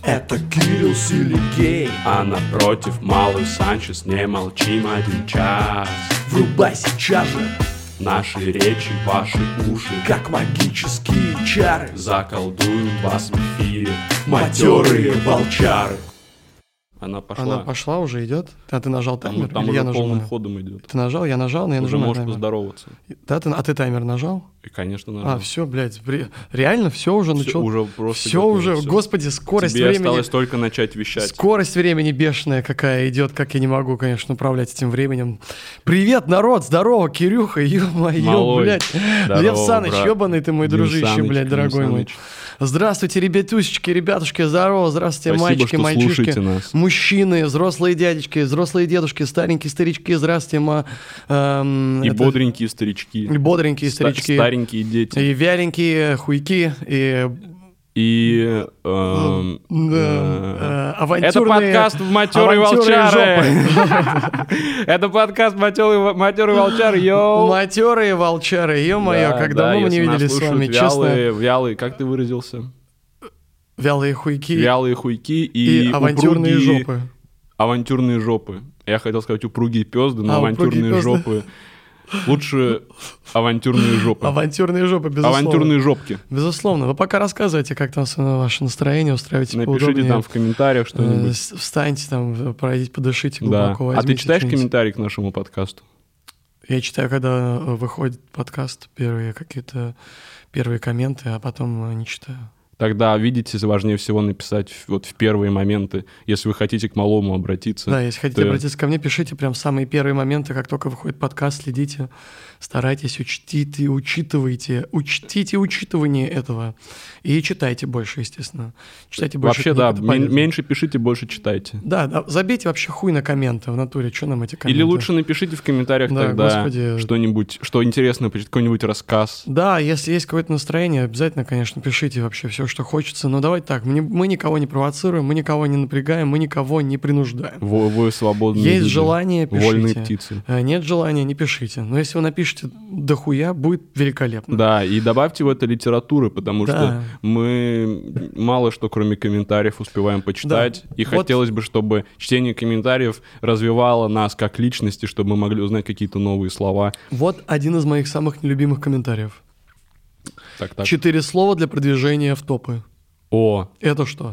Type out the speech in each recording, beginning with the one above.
Это Кирилл Силигей, а напротив малый Санчес. Не молчим 1 час. Врубай сейчас же наши речи, ваши уши, как магические чары. Заколдуем вас в эфире матерые волчары. Она пошла, уже идет. А ты нажал таймер? Там уже полным ходом идет. Ты нажал, я нажал, но я уже нажимаю можешь таймер. Поздороваться. Да, ты таймер нажал? И, конечно, нажал. А, все, блядь, реально все уже начало. Уже просто все уже, всё. Господи, скорость Тебе времени. осталось только начать вещать. Скорость времени бешеная какая идет, как я не могу, конечно, управлять этим временем. Привет, народ, здорово, Кирюха, ё-моё, блядь. Здорово, Лев Саныч, брат. ёбаный ты мой дружище, Саныч, блядь, дорогой мой. Здравствуйте, ребятусечки, ребятушки, здорово, здравствуйте, Спасибо, мальчики, что мальчишки, слушаете нас. мужчины, взрослые дядечки, взрослые дедушки, старенькие старички, здравствуйте, И бодренькие старички. И бодренькие старички. Старенькие дети. И вяленькие хуйки, И... авантюрные... Это подкаст «Матерые волчары». Это подкаст «Матерые волчары», йоу. Матерые волчары, ё-моё, как давно мы не виделись с вами, честно. Вялые, как ты выразился? Вялые хуйки. Вялые хуйки и авантюрные жопы. Авантюрные жопы. Я хотел сказать упругие пёзды, но упругие авантюрные жопы... Лучше авантюрные жопы. Авантюрные жопы, безусловно. Авантюрные жопки. Безусловно. Вы пока рассказывайте, как там ваше настроение, устраивайте Напишите поудобнее. там в комментариях что-нибудь. Встаньте там, пройдите, подышите Да. глубоко. А ты читаешь что-нибудь. комментарии к нашему подкасту? Я читаю, когда выходит подкаст, первые комменты, а потом не читаю. Тогда, видите, важнее всего написать вот в первые моменты, если вы хотите к малому обратиться. Да, если хотите обратиться ко мне, пишите прям в самые первые моменты, как только выходит подкаст, следите, старайтесь, учтите учитывание этого. И читайте больше, естественно. Читайте больше вообще, книг, да, меньше пишите, больше читайте. Да, забейте вообще хуй на комменты в натуре, что нам эти комменты. Или лучше напишите в комментариях тогда что-нибудь, что интересно, какой-нибудь рассказ. Да, если есть какое-то настроение, обязательно, конечно, пишите вообще все, что хочется. Но давайте так, мы никого не провоцируем, мы никого не напрягаем, мы никого не принуждаем. Вы свободные есть люди, желание, пишите. Вольные птицы. Нет желания, не пишите. Но если вы напишите дохуя, будет великолепно. Да, и добавьте в это литературы, потому что мы мало что, кроме комментариев, успеваем почитать. Да. И хотелось бы, чтобы чтение комментариев развивало нас как личности, чтобы мы могли узнать какие-то новые слова. Вот один из моих самых нелюбимых комментариев. Так. 4 слова для продвижения в топы. О! Это что?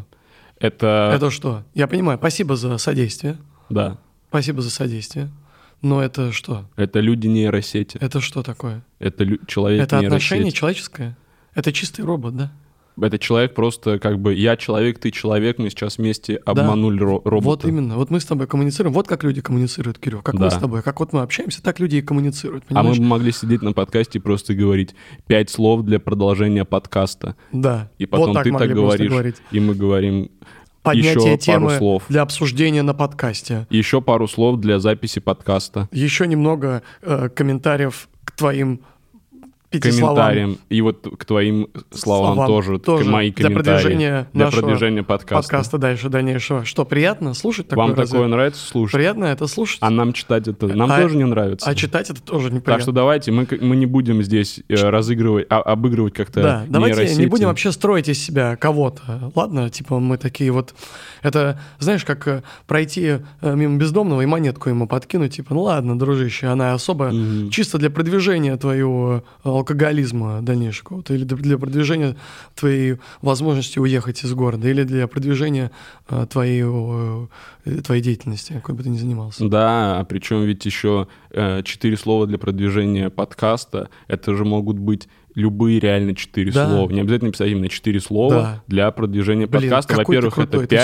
Это что? Я понимаю, спасибо за содействие. Да. Спасибо за содействие. Но это что? Это люди нейросети. Это что такое? Это человек это нейросети. Отношение человеческое? Это чистый робот, да? Это человек просто как бы я человек, ты человек, мы сейчас вместе обманули робота. Вот именно. Вот мы с тобой коммуницируем. Вот как люди коммуницируют, Кирилл. Как мы с тобой. Как вот мы общаемся, так люди и коммуницируют. Понимаешь? А мы бы могли сидеть на подкасте и просто говорить 5 слов для продолжения подкаста. Да. И потом вот ты так говоришь, и мы говорим поднятие еще темы пару слов. Для обсуждения на подкасте. Еще пару слов для записи подкаста. Еще немного комментариев к твоим 5 комментариям. словам. И вот к твоим словам тоже мои комментарии. Для продвижения подкаста. Дальнейшего. Что, приятно слушать такое? Вам такое нравится слушать? Приятно это слушать? А нам читать это тоже не нравится. А читать это тоже неприятно. Так что давайте, мы не будем здесь обыгрывать как-то нейросети. Давайте не будем вообще строить из себя кого-то. Ладно, типа мы такие вот... Это, знаешь, как пройти мимо бездомного и монетку ему подкинуть. Типа, ну ладно, дружище, она особо чисто для продвижения твоего алкоголизма дальнейшего, или для продвижения твоей возможности уехать из города, или для продвижения твоей деятельности, какой бы ты ни занимался. Да, а причем ведь еще 4 слова для продвижения подкаста, это же могут быть любые реально 4 слова. Не обязательно писать именно 4 слова для продвижения подкаста. Во-первых,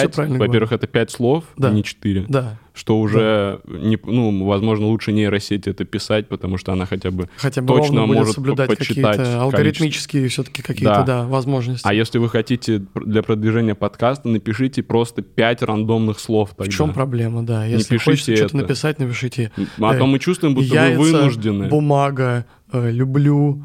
это 5 слов, а не 4. Да. Что уже, возможно, лучше нейросети это писать, потому что она хотя бы точно может соблюдать подсчитать какие-то алгоритмические все-таки какие-то возможности. А если вы хотите для продвижения подкаста, напишите просто 5 рандомных слов тогда. В чем проблема, да. Если хочется что-то написать, напишите. А то мы чувствуем, будто яйца, вы вынуждены. Бумага, люблю...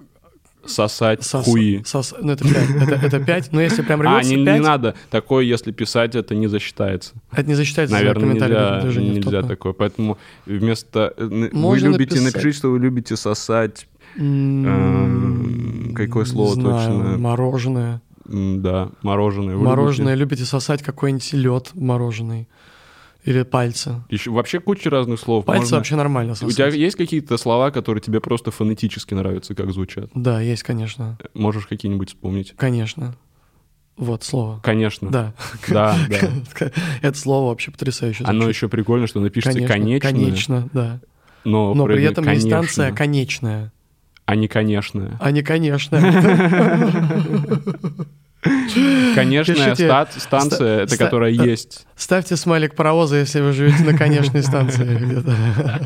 Сосать хуи. Ну, это 5, но если прям рвется 5... не надо. Такое, если писать, это не засчитается. Это не засчитается. Наверное, нельзя такое. Поэтому вместо... Напишите, что вы любите сосать... Какое слово точно? Мороженое. Да, мороженое. Вы Мороженое. Любите сосать какой-нибудь лед мороженый. Или пальцы. Еще вообще куча разных слов. Пальцы вообще нормально сосать. У тебя есть какие-то слова, которые тебе просто фонетически нравятся, как звучат? Да, есть, конечно. Можешь какие-нибудь вспомнить? Конечно. Вот слово. Конечно. Да. Да. Это слово вообще потрясающе. Оно еще прикольно, что напишется «конечно». Конечно, да. Но при этом «конечно», есть станция «конечная». а не «конечная». А не «конечно». Конечная станция, это которая есть. Ставьте смайлик паровоза, если вы живете на конечной станции где-то.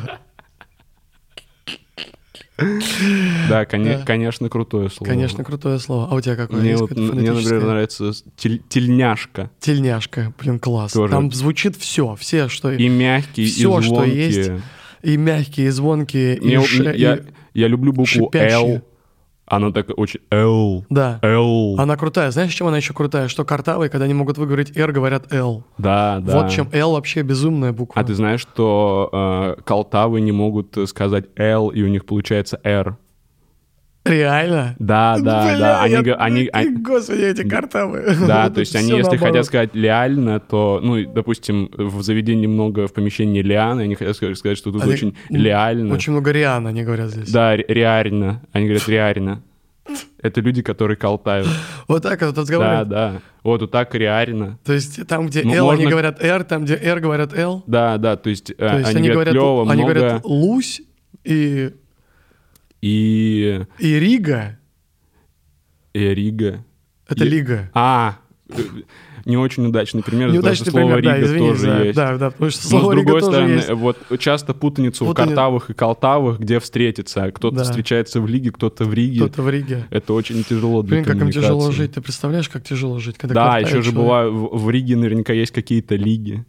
Да, конечно, крутое слово. Конечно, крутое слово. А у тебя какое? Мне, например, нравится тельняшка. Тельняшка, блин, класс. Тоже. Там звучит все, что... И мягкие, все, и звонкие. Что есть. И мягкие, и звонкие, я люблю букву шипящие. «Л». Она такая очень «Л». Да. «Л». Она крутая. Знаешь, чем она еще крутая? Что картавые, когда не могут выговорить «Р», говорят «Л». Да. Вот чем «Л» вообще безумная буква. А ты знаешь, что калтавы не могут сказать «Л», и у них получается «Р». Реально? Да. Они, Господи, эти картавы. Да, то есть они, если хотят сказать «реально», то, допустим, в заведении много, в помещении «лианы», они хотят сказать, что тут очень «реально». Очень много «риана» они говорят здесь. Да, «реально». Они говорят «реально». Это люди, которые калтают. Вот так вот разговаривают? Да. Вот так «реально». То есть там, где «Л», они говорят «Р», там, где «Р», говорят «Л»? Да, то есть они говорят «клёво», много... Они говорят «Лусь» и Рига. Рига. Это Лига. Не очень удачный пример. Неудачный слово пример, Рига извини, тоже есть. Да, потому что слово Рига тоже стороны, есть. Вот часто путаницу в картавых и калтавых, где встретиться. Кто-то встречается в Лиге, кто-то в Риге. Кто-то в Риге. Это очень тяжело для коммуникации. Как им тяжело жить. Ты представляешь, как тяжело жить, когда Да, еще же бывает, в Риге наверняка есть какие-то лиги.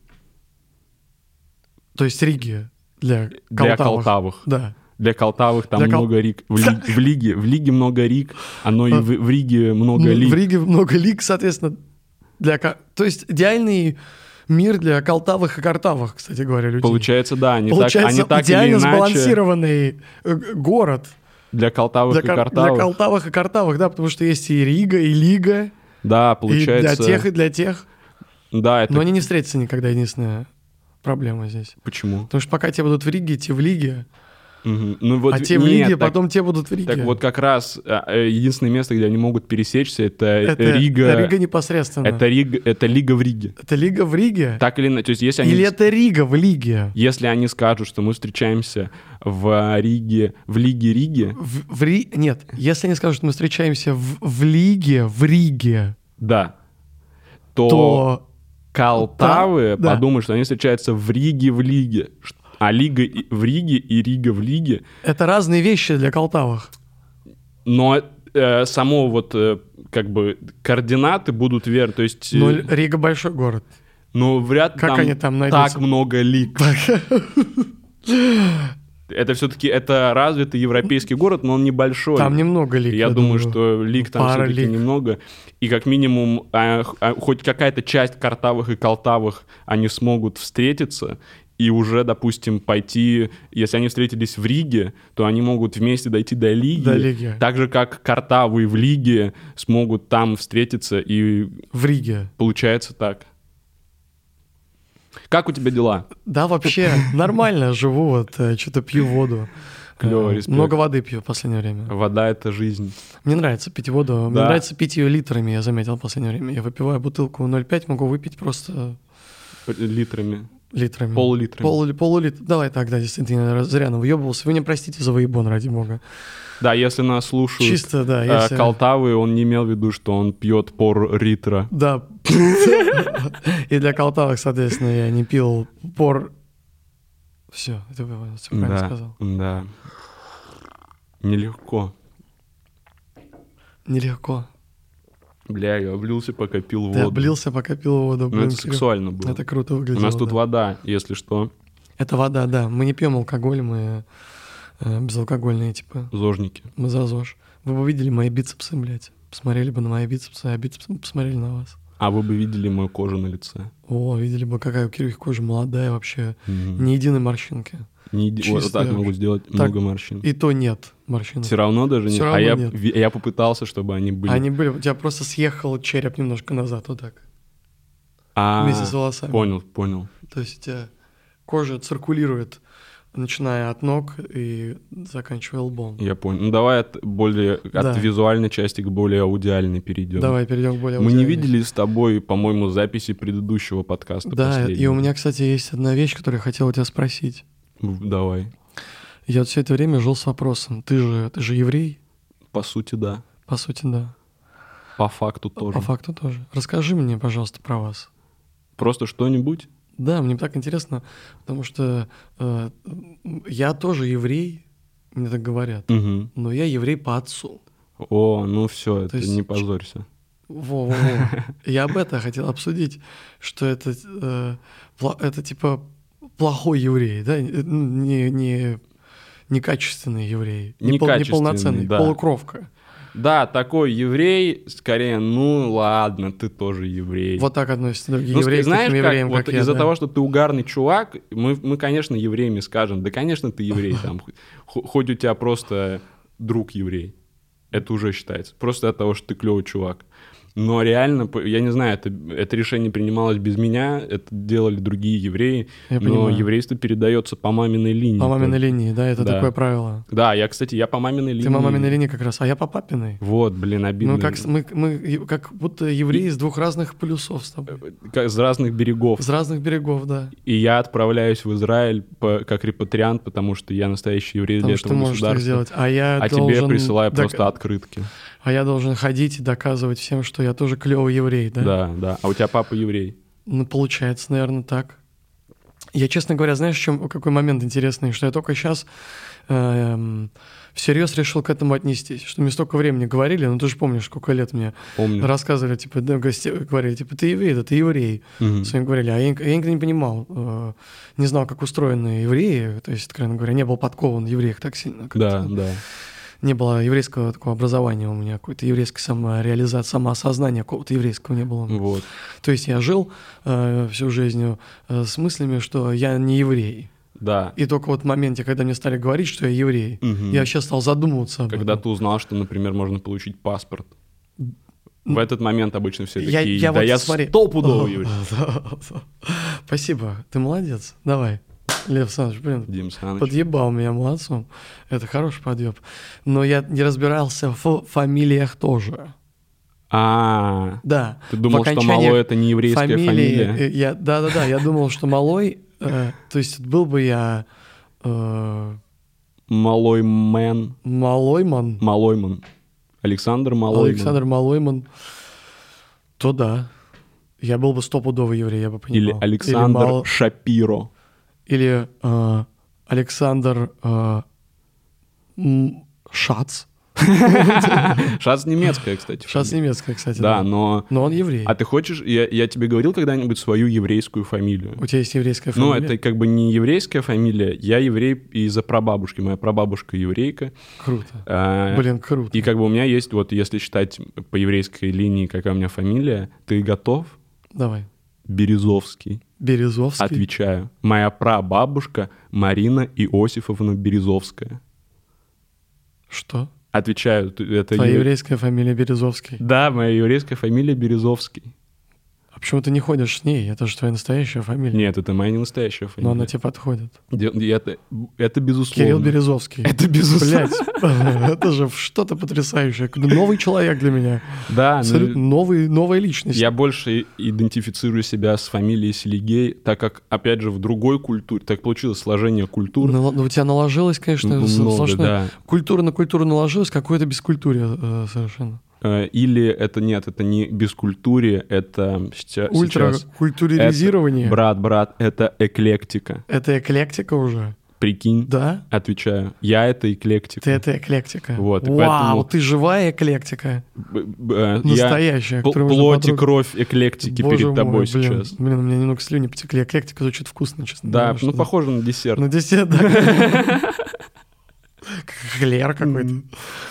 То есть Риги для калтавых. Да. Для калтавых там много риг. В Лиге много риг, оно и в Риге много лиг. В Риге много лиг, соответственно. То есть идеальный мир для калтавых и картавых, кстати говоря, людей. Получается, да. Они Получается, так идеально или иначе... сбалансированный город. Для калтавых и картавых. Для калтавых и картавых, да, потому что есть и Рига, и Лига. Да, получается... И для тех, и для тех. Да, это... Но они не встретятся никогда, единственная проблема здесь. Почему? Потому что пока те будут в Риге, те в Лиге. Вот а те в Лиге, потом те будут в Риге. Так вот как раз единственное место, где они могут пересечься, это Рига. Это Рига непосредственно. Это Лига в Риге. Это Лига в Риге? Так или иначе. То есть, если они... Или это Рига в Лиге? Если они скажут, что мы встречаемся в Риге, в Лиге Риге... Нет, если они скажут, что мы встречаемся в Лиге, в Риге... Да. То калтавы подумают, что они встречаются в Риге в Лиге. А Лига в Риге и Рига в Лиге... Это разные вещи для калтавых. Но само вот как бы координаты будут верны. То есть... Но Рига большой город. Но вряд ли как они там так много лиг. Это все-таки развитый европейский город, но он небольшой. Там немного лиг. Я думаю, что лиг там все-таки немного. И как минимум хоть какая-то часть картавых и калтавых они смогут встретиться. И уже, допустим, пойти... Если они встретились в Риге, то они могут вместе дойти до Лиги. Так же, как картавы в Лиге смогут там встретиться и... В Риге. Получается так. Как у тебя дела? Да, вообще нормально живу, вот что-то пью воду. Клево, респект. Много воды пью в последнее время. Вода — это жизнь. Мне нравится пить воду. Да. Мне нравится пить ее литрами, я заметил в последнее время. Я выпиваю бутылку 0,5, могу выпить просто... Литрами. Пол-литрами. Пол-литра. Давай так, да, действительно, зря навъебывался. Вы не простите за выебон, ради бога. Да, если нас слушают чисто, да, калтавы, он не имел в виду, что он пьет пор-литра. Да. И для калтавых, соответственно, я не пил пор... Все, это правильно сказал. Да. Нелегко. Бля, я облился, пока пил воду. Ты облился, пока пил воду. Ну, это сексуально было. Это круто выглядело. У нас тут вода, если что. Это вода, да. Мы не пьем алкоголь, мы безалкогольные, типа. Зожники. Мы за ЗОЖ. Вы бы видели мои бицепсы, блядь. Посмотрели бы на мои бицепсы, а бицепсы посмотрели на вас. А вы бы видели мою кожу на лице? О, видели бы, какая у Кирюхи кожа молодая вообще. Ни единой морщинки. Вот так могу сделать Так, много морщин. И то нет морщин. Все равно даже Всё нет? равно А нет. я попытался, чтобы они были. Они были, у тебя просто съехал череп немножко назад, вот так. А, Вместе с волосами. Понял. То есть у тебя кожа циркулирует, начиная от ног и заканчивая лбом. Я понял. Ну давай от Да. визуальной части к более аудиальной перейдем. Давай перейдем к более Мы не аудиальной. видели с тобой, по-моему, записи предыдущего подкаста. Да, и последнего. у меня, кстати, есть одна вещь, которую я хотел у тебя спросить. Давай. Я вот все это время жил с вопросом. Ты же еврей? По сути, да. По сути, да. По факту тоже. По факту тоже. Расскажи мне, пожалуйста, про вас. Просто что-нибудь? Да, мне так интересно, потому что я тоже еврей, мне так говорят, Угу. но я еврей по отцу. О, ну все, это есть не позорься. Во. Я об этом хотел обсудить, что это типа плохой еврей, да, некачественный еврей, Некачественный, неполноценный, да. полукровка. Да, такой еврей, скорее, ну ладно, ты тоже еврей. Вот так относятся другие Ну, евреи к знаешь, таким евреям, вот как я. из-за Да. того, что ты угарный чувак, мы, конечно, евреями скажем, да, конечно, ты еврей, там, хоть у тебя просто друг еврей. Это уже считается. Просто от того, что ты клевый чувак. Но реально, я не знаю, это решение принималось без меня, это делали другие евреи, Я но понимаю. еврейство передается по маминой линии. По маминой линии, да, это Да. такое правило. Да, я по маминой линии. Ты по маминой линии как раз, а я по папиной. Вот, блин, обидно. Ну, мы как будто евреи с двух разных полюсов с тобой. С разных берегов. С разных берегов, да. И я отправляюсь в Израиль как репатриант, потому что я настоящий еврей Потому для что этого ты можешь так государства. сделать. А я А должен тебе присылаю просто открытки. А я должен ходить и доказывать всем, что я тоже клевый еврей, да? Да. А у тебя папа еврей? Ну, получается, наверное, так. Я, честно говоря, знаешь, какой момент интересный, что я только сейчас всерьез решил к этому отнестись, что мне столько времени говорили, ну ты же помнишь, сколько лет мне Помню. рассказывали, типа, да, говорили, типа, ты еврей, да, ты еврей. Мгм. Своим говорили, а я никогда не понимал, не знал, как устроены евреи, то есть, откровенно говоря, не был подкован в евреях так сильно. Да. Не было еврейского такого образования у меня, какой-то еврейской самореализации, самоосознания какого-то еврейского не было. Вот. То есть я жил всю жизнь с мыслями, что я не еврей. Да. И только вот в моменте, когда мне стали говорить, что я еврей, Мгм. я вообще стал задумываться об Когда этом. ты узнал, что, например, можно получить паспорт. В этот момент обычно все Я такие, да вот я смотри. стопудовый еврей. Спасибо, ты молодец. Давай, Лев Александрович, блин, Дим Саныч. подъебал меня молодцом. Это хороший подъеб. Но я не разбирался в фамилиях тоже. Да. Ты думал, В что окончаниях Малой — это не еврейская фамилия? Да, я думал, что Малой, то есть был бы я Малой Мэн. Малойман, Александр Малойман. Александр Малойман, то да. Я был бы стопудовый еврей, я бы Или понимал. Александр Шапиро. Или Александр Шац. Шац немецкая, кстати. Шац фамилия. немецкая, кстати. Да, но... Но он еврей. А ты хочешь... Я тебе говорил когда-нибудь свою еврейскую фамилию? У тебя есть еврейская Ну, фамилия? это как бы не еврейская фамилия. Я еврей из-за прабабушки. Моя прабабушка еврейка. Круто. Блин, круто. И как бы у меня есть, вот если считать по еврейской линии, какая у меня фамилия, ты готов? Давай. Березовский. Березовский. Отвечаю. Моя прабабушка Марина Иосифовна Березовская. Что? Отвечаю. Это Твоя еврейская фамилия Березовский. Да, моя еврейская фамилия Березовский. А почему ты не ходишь с ней? Это же твоя настоящая фамилия. Нет, это моя не настоящая Но фамилия. она тебе подходит. Это безусловно. Кирилл Березовский. Это безусловно. Блять, это же что-то потрясающее. Новый человек для меня. Да, Абсолютно новая личность. я больше идентифицирую себя с фамилией Селигей, так как, опять же, в другой культуре, так получилось сложение культур. Ну, у тебя наложилось, конечно, Много, сплошное. да. Культура на культуру наложилась, какое-то бескультурие совершенно. Или это нет, это не бескультурие, это сейчас... Ультракультуризирование. Брат, это эклектика. Это эклектика уже. Прикинь, Да? отвечаю. Я это эклектика. Ты это эклектика. Вот, и Вау, поэтому- ты живая эклектика. Я Настоящая. которую можно плоть и потрогать. кровь эклектики Боже перед тобой мой, блин. сейчас. Блин, у меня немного слюни потекли. Эклектика звучит вкусно, честно Да, говоря, ну что-то. похоже на десерт. На десерт, да. Эклер какой-то.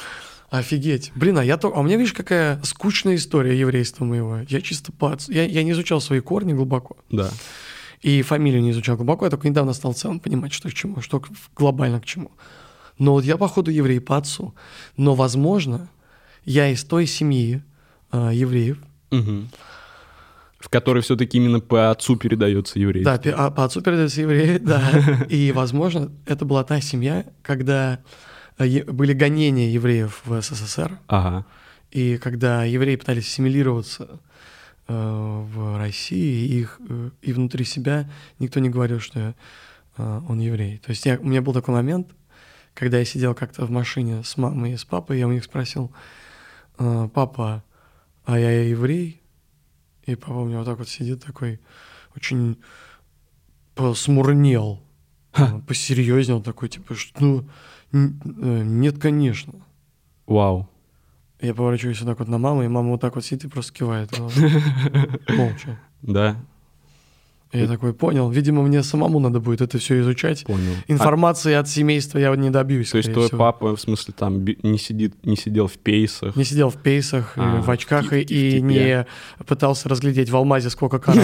Офигеть. Блин, а у меня, видишь, какая скучная история еврейства моего. Я чисто я не изучал свои корни глубоко. Да. И фамилию не изучал глубоко. Я только недавно стал в целом понимать, что к чему, что глобально к чему. Но вот я, походу, еврей по отцу. Но, возможно, я из той семьи евреев. Угу. В которой все-таки именно по отцу передается еврейство. Да, по отцу передается еврей, да. И, возможно, это была та семья, когда были гонения евреев в СССР. Ага. И когда евреи пытались ассимилироваться в России, и внутри себя никто не говорил, что он еврей. То есть у меня был такой момент, когда я сидел как-то в машине с мамой и с папой, я у них спросил: папа, а я еврей? И папа у меня вот так вот сидит такой, очень посмурнел, посерьезнел такой, типа, что, нет, конечно. Вау. Я поворачиваюсь вот так вот на маму, и мама вот так вот сидит и просто кивает. Молча. Да. Я такой, понял. Видимо, мне самому надо будет это все изучать. Понял. Информации от семейства я не добьюсь. То есть твой папа, в смысле, там не сидел в пейсах? Не сидел в пейсах, в очках и не пытался разглядеть в алмазе, сколько карат.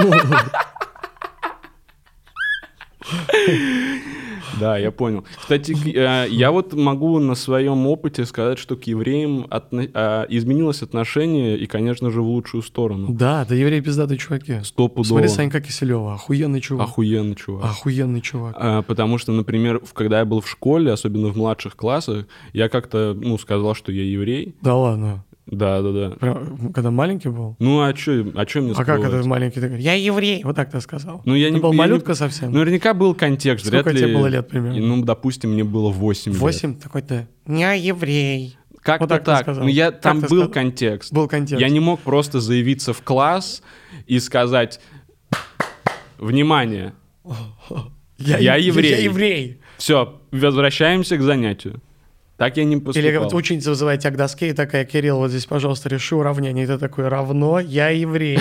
Да, я понял. Кстати, я вот могу на своем опыте сказать, что к евреям изменилось отношение, и, конечно же, в лучшую сторону. Да, евреи пиздатые чуваки. Стопудово. Смотри, Санька Киселева, охуенный чувак. Охуенный чувак. Охуенный чувак. Потому что, например, когда я был в школе, особенно в младших классах, я как-то, сказал, что я еврей. Да ладно? Да. Прям, когда маленький был? Ну, а что мне скрывать? А как это маленький? Ты говоришь, я еврей, вот так ты сказал. Ну, ты был малютка совсем? Ну, наверняка был контекст. Сколько тебе было лет примерно? Ну, допустим, мне было 8 лет. 8? Такой-то, я еврей. Как-то вот так. Ну, там был контекст. Был контекст. Я не мог просто заявиться в класс и сказать: внимание, я еврей. Я еврей. Все, возвращаемся к занятию. Так я не поступал. Или вот ученица вызывает тебя к доске и такая: Кирилл, вот здесь, пожалуйста, реши уравнение. И ты такой: равно, я еврей.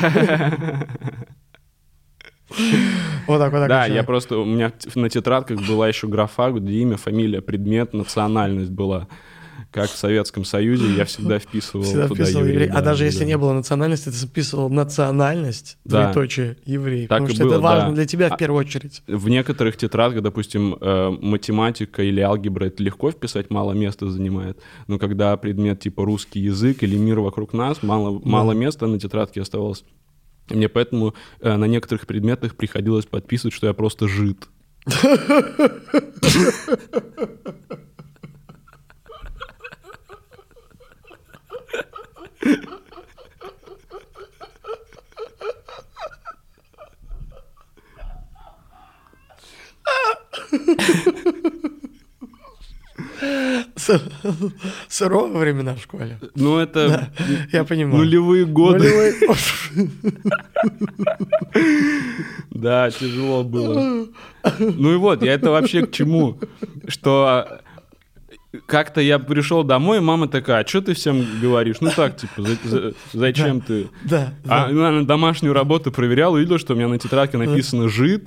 Вот так. Да, я просто... У меня на тетрадках была еще графа, где имя, фамилия, предмет, национальность была. Как в Советском Союзе я всегда вписывал туда еврей. А даже если не было национальности, ты вписывал национальность, двоеточие, еврей. Так потому что это важно для тебя в первую очередь. В некоторых тетрадках, допустим, математика или алгебра, это легко вписать, мало места занимает. Но когда предмет типа русский язык или мир вокруг нас, мало места на тетрадке оставалось. И мне поэтому на некоторых предметах приходилось подписывать, что я просто жид. Суровые времена в школе. Ну, это... Да, я понимаю. Нулевые годы. Да, тяжело было. Ну и вот, я это вообще к чему? Что как-то я пришел домой, и мама такая: а что ты всем говоришь? Ну так, типа, зачем ты? Да. Она домашнюю работу проверяла, увидела, что у меня на тетрадке написано «жид».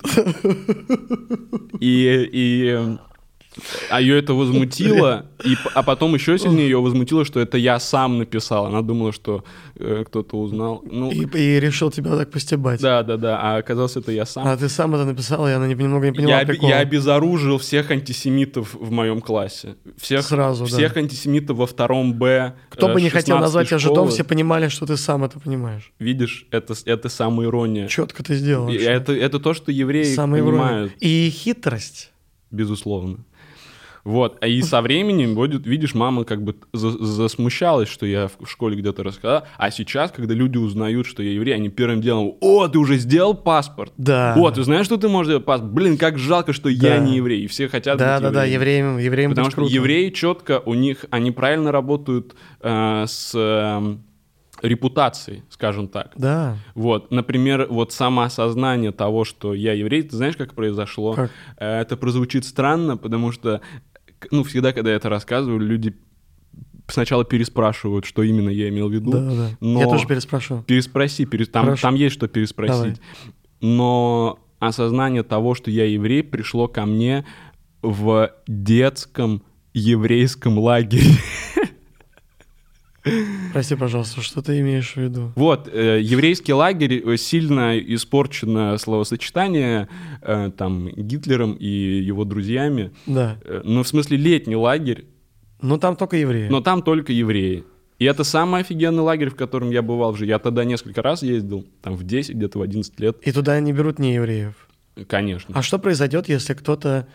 А ее это возмутило, а потом еще сильнее ее возмутило, что это я сам написал. Она думала, что кто-то узнал. И решил тебя так постебать. Да, а оказалось, это я сам. А ты сам это написал, и она немного не поняла прикола. Я обезоружил всех антисемитов в моем классе. Всех антисемитов во 2 Б. Кто бы не хотел назвать тебя жидом, все понимали, что ты сам это понимаешь. Видишь, это самоирония. Четко ты сделал. Это то, что евреи понимают. И хитрость. Безусловно. Вот, и со временем, видишь, мама как бы засмущалась, что я в школе где-то рассказал, а сейчас, когда люди узнают, что я еврей, они первым делом: о, ты уже сделал паспорт? Да. О, ты знаешь, что ты можешь сделать паспорт? Блин, как жалко, что я не еврей, и все хотят быть евреем. Да, евреям потому быть что круто. евреи четко, они правильно работают с репутацией, скажем так. Да. Вот, например, вот самоосознание того, что я еврей, ты знаешь, как произошло? Как? Это прозвучит странно, потому что всегда, когда я это рассказываю, люди сначала переспрашивают, что именно я имел в виду. Да. Но я тоже переспрашиваю. Переспроси, там есть что переспросить. Давай. Но осознание того, что я еврей, пришло ко мне в детском еврейском лагере. Прости, пожалуйста, что ты имеешь в виду? Вот, еврейский лагерь, сильно испорчено словосочетание там Гитлером и его друзьями. Да. Ну, в смысле, летний лагерь, Ну, там только евреи. но там только евреи. И это самый офигенный лагерь, в котором я бывал в жизни. Я тогда несколько раз ездил, там в 10, где-то в 11 лет. И туда не берут неевреев. Конечно. А что произойдет, если кто-то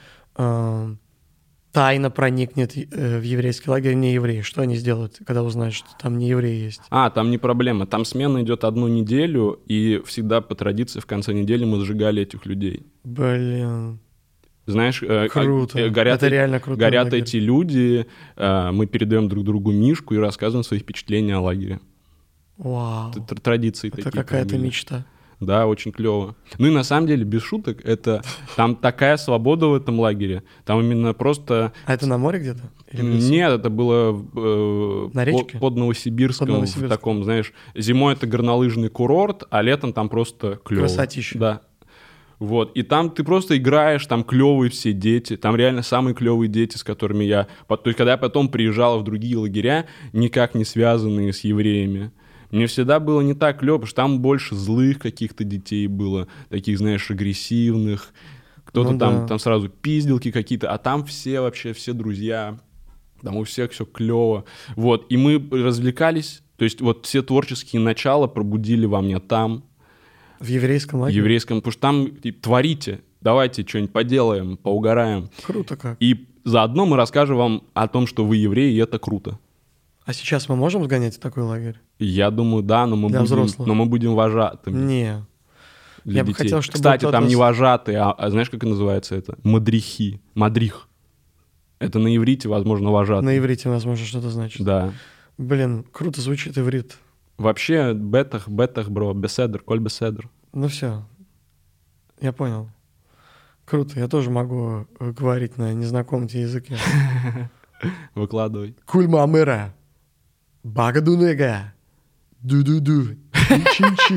тайно проникнет в еврейский лагерь не еврей? Что они сделают, когда узнают, что там не евреи есть? Там не проблема. Там смена идет 1 неделю, и всегда по традиции в конце недели мы сжигали этих людей. Блин. Знаешь, Круто. горят, Это реально круто. горят эти люди, мы передаем друг другу мишку и рассказываем свои впечатления о лагере. Вау. Традиции Это такие. какая-то появились. мечта. Да, очень клево. Ну и на самом деле, без шуток, там такая свобода в этом лагере. Там именно просто... А это на море где-то? Или в лесу? Нет, это было На речке? под Новосибирском, Под Новосибирском. в таком, знаешь, зимой это горнолыжный курорт, а летом там просто клево. Красотища. Да. Вот, и там ты просто играешь, там клевые все дети, там реально самые клевые дети, с которыми я... То есть, когда я потом приезжал в другие лагеря, никак не связанные с евреями, мне всегда было не так клево, потому что там больше злых каких-то детей было, таких, знаешь, агрессивных. Кто-то Ну там, да. там сразу пизделки какие-то, а там все вообще, все друзья, там у всех все клево. Вот, и мы развлекались, то есть вот все творческие начала пробудили во мне там, В еврейском в лагере? еврейском, потому что там типа, творите, давайте что-нибудь поделаем, поугараем. Круто как. И заодно мы расскажем вам о том, что вы евреи, и это круто. А сейчас мы можем сгонять в такой лагерь? Я думаю, да, но Для взрослых. мы будем вожатыми Не. для Я бы детей. хотел, чтобы Кстати, кто-то там не вожатые, а знаешь, как называется это? Мадрихи. Мадрих. Это на иврите, возможно, вожатый. На иврите, возможно, что-то значит. Да. Блин, круто звучит иврит. Вообще, бетах, бро, беседер, коль беседер. Ну все, я понял. Круто, я тоже могу говорить на незнакомом тебе языке. Выкладывай. Кульма мыра. Багадунега. Ду-ду-ду. Чи-чи-чи.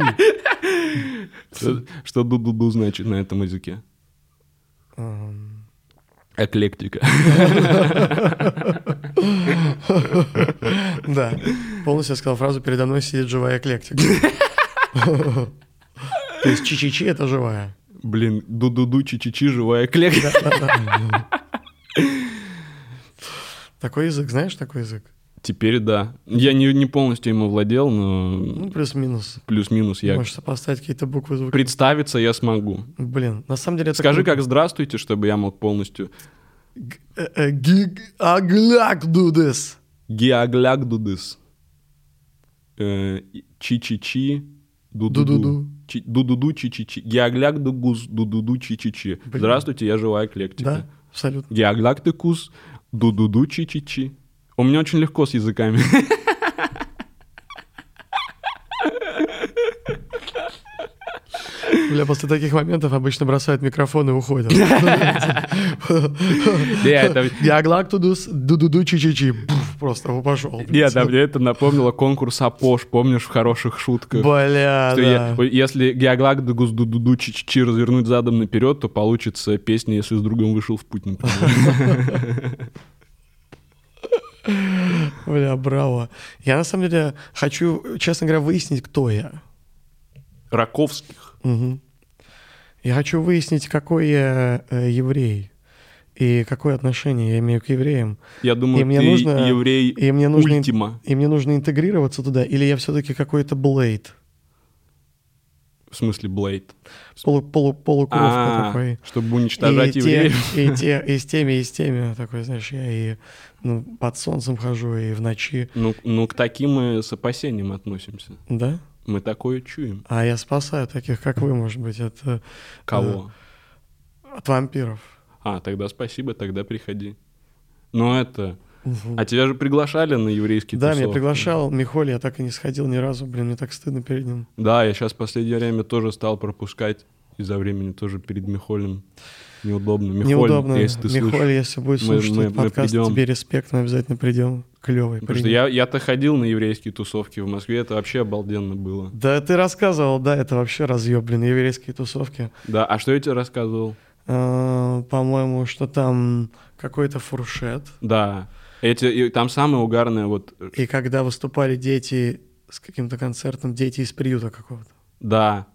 Что ду-ду-ду значит на этом языке? Эклектика. Да, полностью я сказал фразу «передо мной сидит живая эклектика». То есть чи-чи-чи — это живая. Блин, ду-ду-ду, чи-чи-чи, живая эклектика. Такой язык, знаешь такой язык? Теперь да. Я не полностью ему владел, но Ну, плюс-минус. плюс-минус я... Можешь сопоставить какие-то буквы, звуки. Представиться я смогу. Блин, на самом деле это Скажи круто. как «здравствуйте», чтобы я мог полностью... Гиг-агляк-дудес. Геоглякдудыс. Чи-чи-чи. Ду-ду-ду. Ду-ду-ду. Ду-ду-ду, чи-чи-чи. Геоглякдугус, ду-ду-ду, чи-чи-чи. Блин. Здравствуйте, я живая эклектика. Да, абсолютно. Геоглактикус, ду-ду-ду, чи-чи-чи. У меня очень легко с языками. Бля, после таких моментов обычно бросают микрофон и уходят. Геоглактудус, ду-ду-ду, чи-чи-чи. Буф, просто пошел. Нет, мне это напомнило конкурс Апош, помнишь, в хороших шутках? Бля, Что да. если геоглактикус, ду-ду-ду, чи-чи-чи развернуть задом наперед, то получится песня «Если с другом вышел в путь». например. Бля, браво. Я на самом деле хочу, честно говоря, выяснить, кто я. Раковских. Мгм. Я хочу выяснить, какой я еврей и какое отношение я имею к евреям. Я думаю, И мне ты нужно- еврей И мне нужно, ультима. и мне нужно интегрироваться туда, или я все-таки какой-то блейд, В смысле, Блейд. полукровка такой. Чтобы уничтожать и евреев. и с теми, такой, знаешь, я и под солнцем хожу, и в ночи, Ну, к таким мы с опасением относимся. да? Мы такое чуем. А я спасаю таких, как вы, может быть, Кого? от вампиров. Тогда спасибо, тогда приходи. Но это... Мгм. А тебя же приглашали на еврейские Да, тусовки? меня приглашал Михоль, я так и не сходил ни разу, блин, мне так стыдно перед ним. Да, я сейчас в последнее время тоже стал пропускать из-за времени тоже перед Михолем. Неудобно. Михоль, Неудобно. если ты Михоль, слышишь. если будет мы- слушать мы- этот мы подкаст, придем. тебе респект, мы обязательно придем. Клевый. Потому что я-то ходил на еврейские тусовки в Москве, это вообще обалденно было. Да, ты рассказывал, да, это вообще разъеб, блин, еврейские тусовки. Да, а что я тебе рассказывал? По-моему, что там какой-то фуршет. Да, И там самое угарное вот... И когда выступали дети с каким-то концертом, дети из приюта какого-то. Да.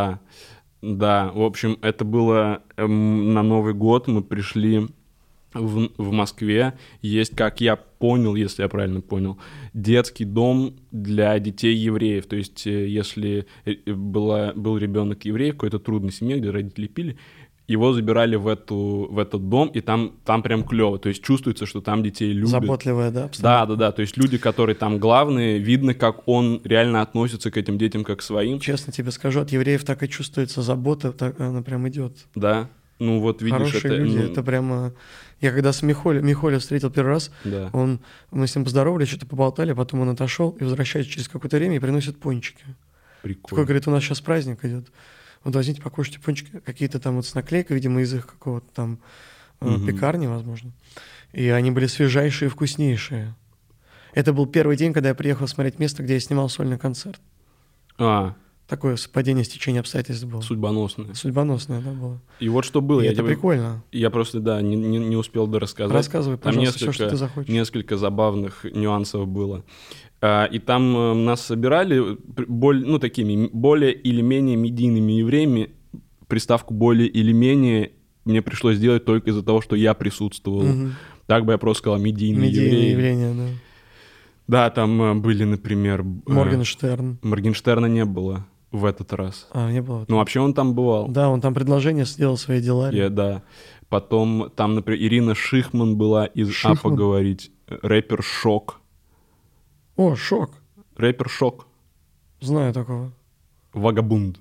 В общем, это было на Новый год. Мы пришли в Москве. Есть, как я понял, если я правильно понял, детский дом для детей евреев. То есть, если был ребенок еврей в какой-то трудной семье, где родители пили, его забирали в этот дом, и там прям клево. То есть чувствуется, что там детей любят. Заботливая, да? Да. То есть люди, которые там главные, видно, как он реально относится к этим детям как к своим. Честно тебе скажу, от евреев так и чувствуется забота, так она прям идет. Да. Ну вот видишь, хорошие люди, это прямо... Я когда с Михоля встретил первый раз, да. мы с ним поздоровались, что-то поболтали, потом он отошел и возвращается через какое-то время и приносит пончики. Прикольно. Такой говорит, у нас сейчас праздник идет. Вот возьмите, покушайте пончики, какие-то там вот с наклейкой, видимо, из их какого-то там пекарни, возможно. И они были свежайшие и вкуснейшие. Это был первый день, когда я приехал смотреть место, где я снимал сольный концерт. Такое совпадение, стечение обстоятельств было. Судьбоносное, да, было. И вот что было. Это прикольно. Я просто, не успел дорассказать. Рассказывай, пожалуйста, все, что ты захочешь. Несколько забавных нюансов было. И там нас собирали такими более или менее медийными евреями. Приставку «более или менее» мне пришлось сделать только из-за того, что я присутствовал. Так бы я просто сказал «медийные евреи». Медийные явления, да. Да, там были, например... Моргенштерн. Моргенштерна не было в этот раз. Не было. Ну, вообще он там бывал. Да, он там предложение сделал свои дела. Да. Потом там, например, Ирина Шихман была из «Апа говорить». Рэпер «Шок». О, «Шок». Рэпер «Шок». Знаю такого. «Вагабунд».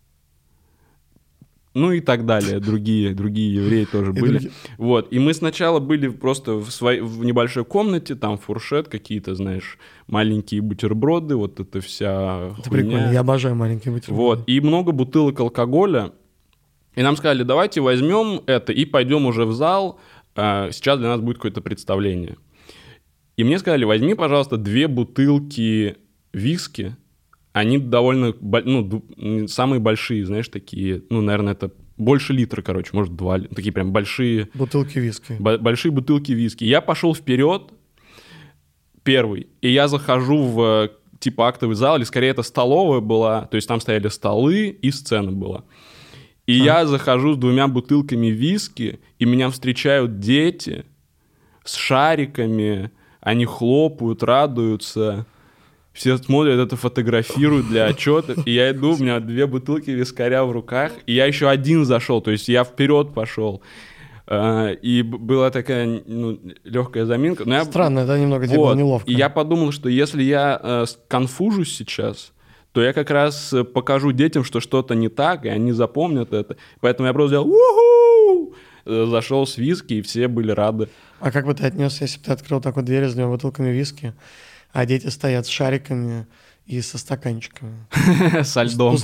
Ну и так далее. Другие евреи тоже были. Вот. И мы сначала были просто в небольшой комнате, там фуршет, какие-то, знаешь, маленькие бутерброды, вот это вся это хуйня. Прикольно, я обожаю маленькие бутерброды. Вот. И много бутылок алкоголя. И нам сказали, давайте возьмем это и пойдем уже в зал. Сейчас для нас будет какое-то представление. И мне сказали, возьми, пожалуйста, 2 бутылки виски. Они довольно, самые большие, знаешь, такие, наверное, это больше литра, короче, может, 2, такие прям большие... Бутылки виски. Большие бутылки виски. Я пошел вперед, первый, и я захожу в, типа, актовый зал, или скорее это столовая была, то есть там стояли столы, и сцена была. И я захожу с 2 бутылками виски, и меня встречают дети с шариками, они хлопают, радуются, все смотрят это, фотографируют для отчета, и я иду, у меня 2 бутылки вискаря в руках, и я еще один зашел, то есть я вперед пошел. И была такая легкая заминка. Странно, это немного тебе было неловко. И я подумал, что если я конфужусь сейчас, то я как раз покажу детям, что что-то не так, и они запомнят это. Поэтому я просто сделал «У-ху!», зашел с виски, и все были рады. А как бы ты отнесся, если бы ты открыл такую дверь с 2 бутылками виски, а дети стоят с шариками и со стаканчиками? Со льдом.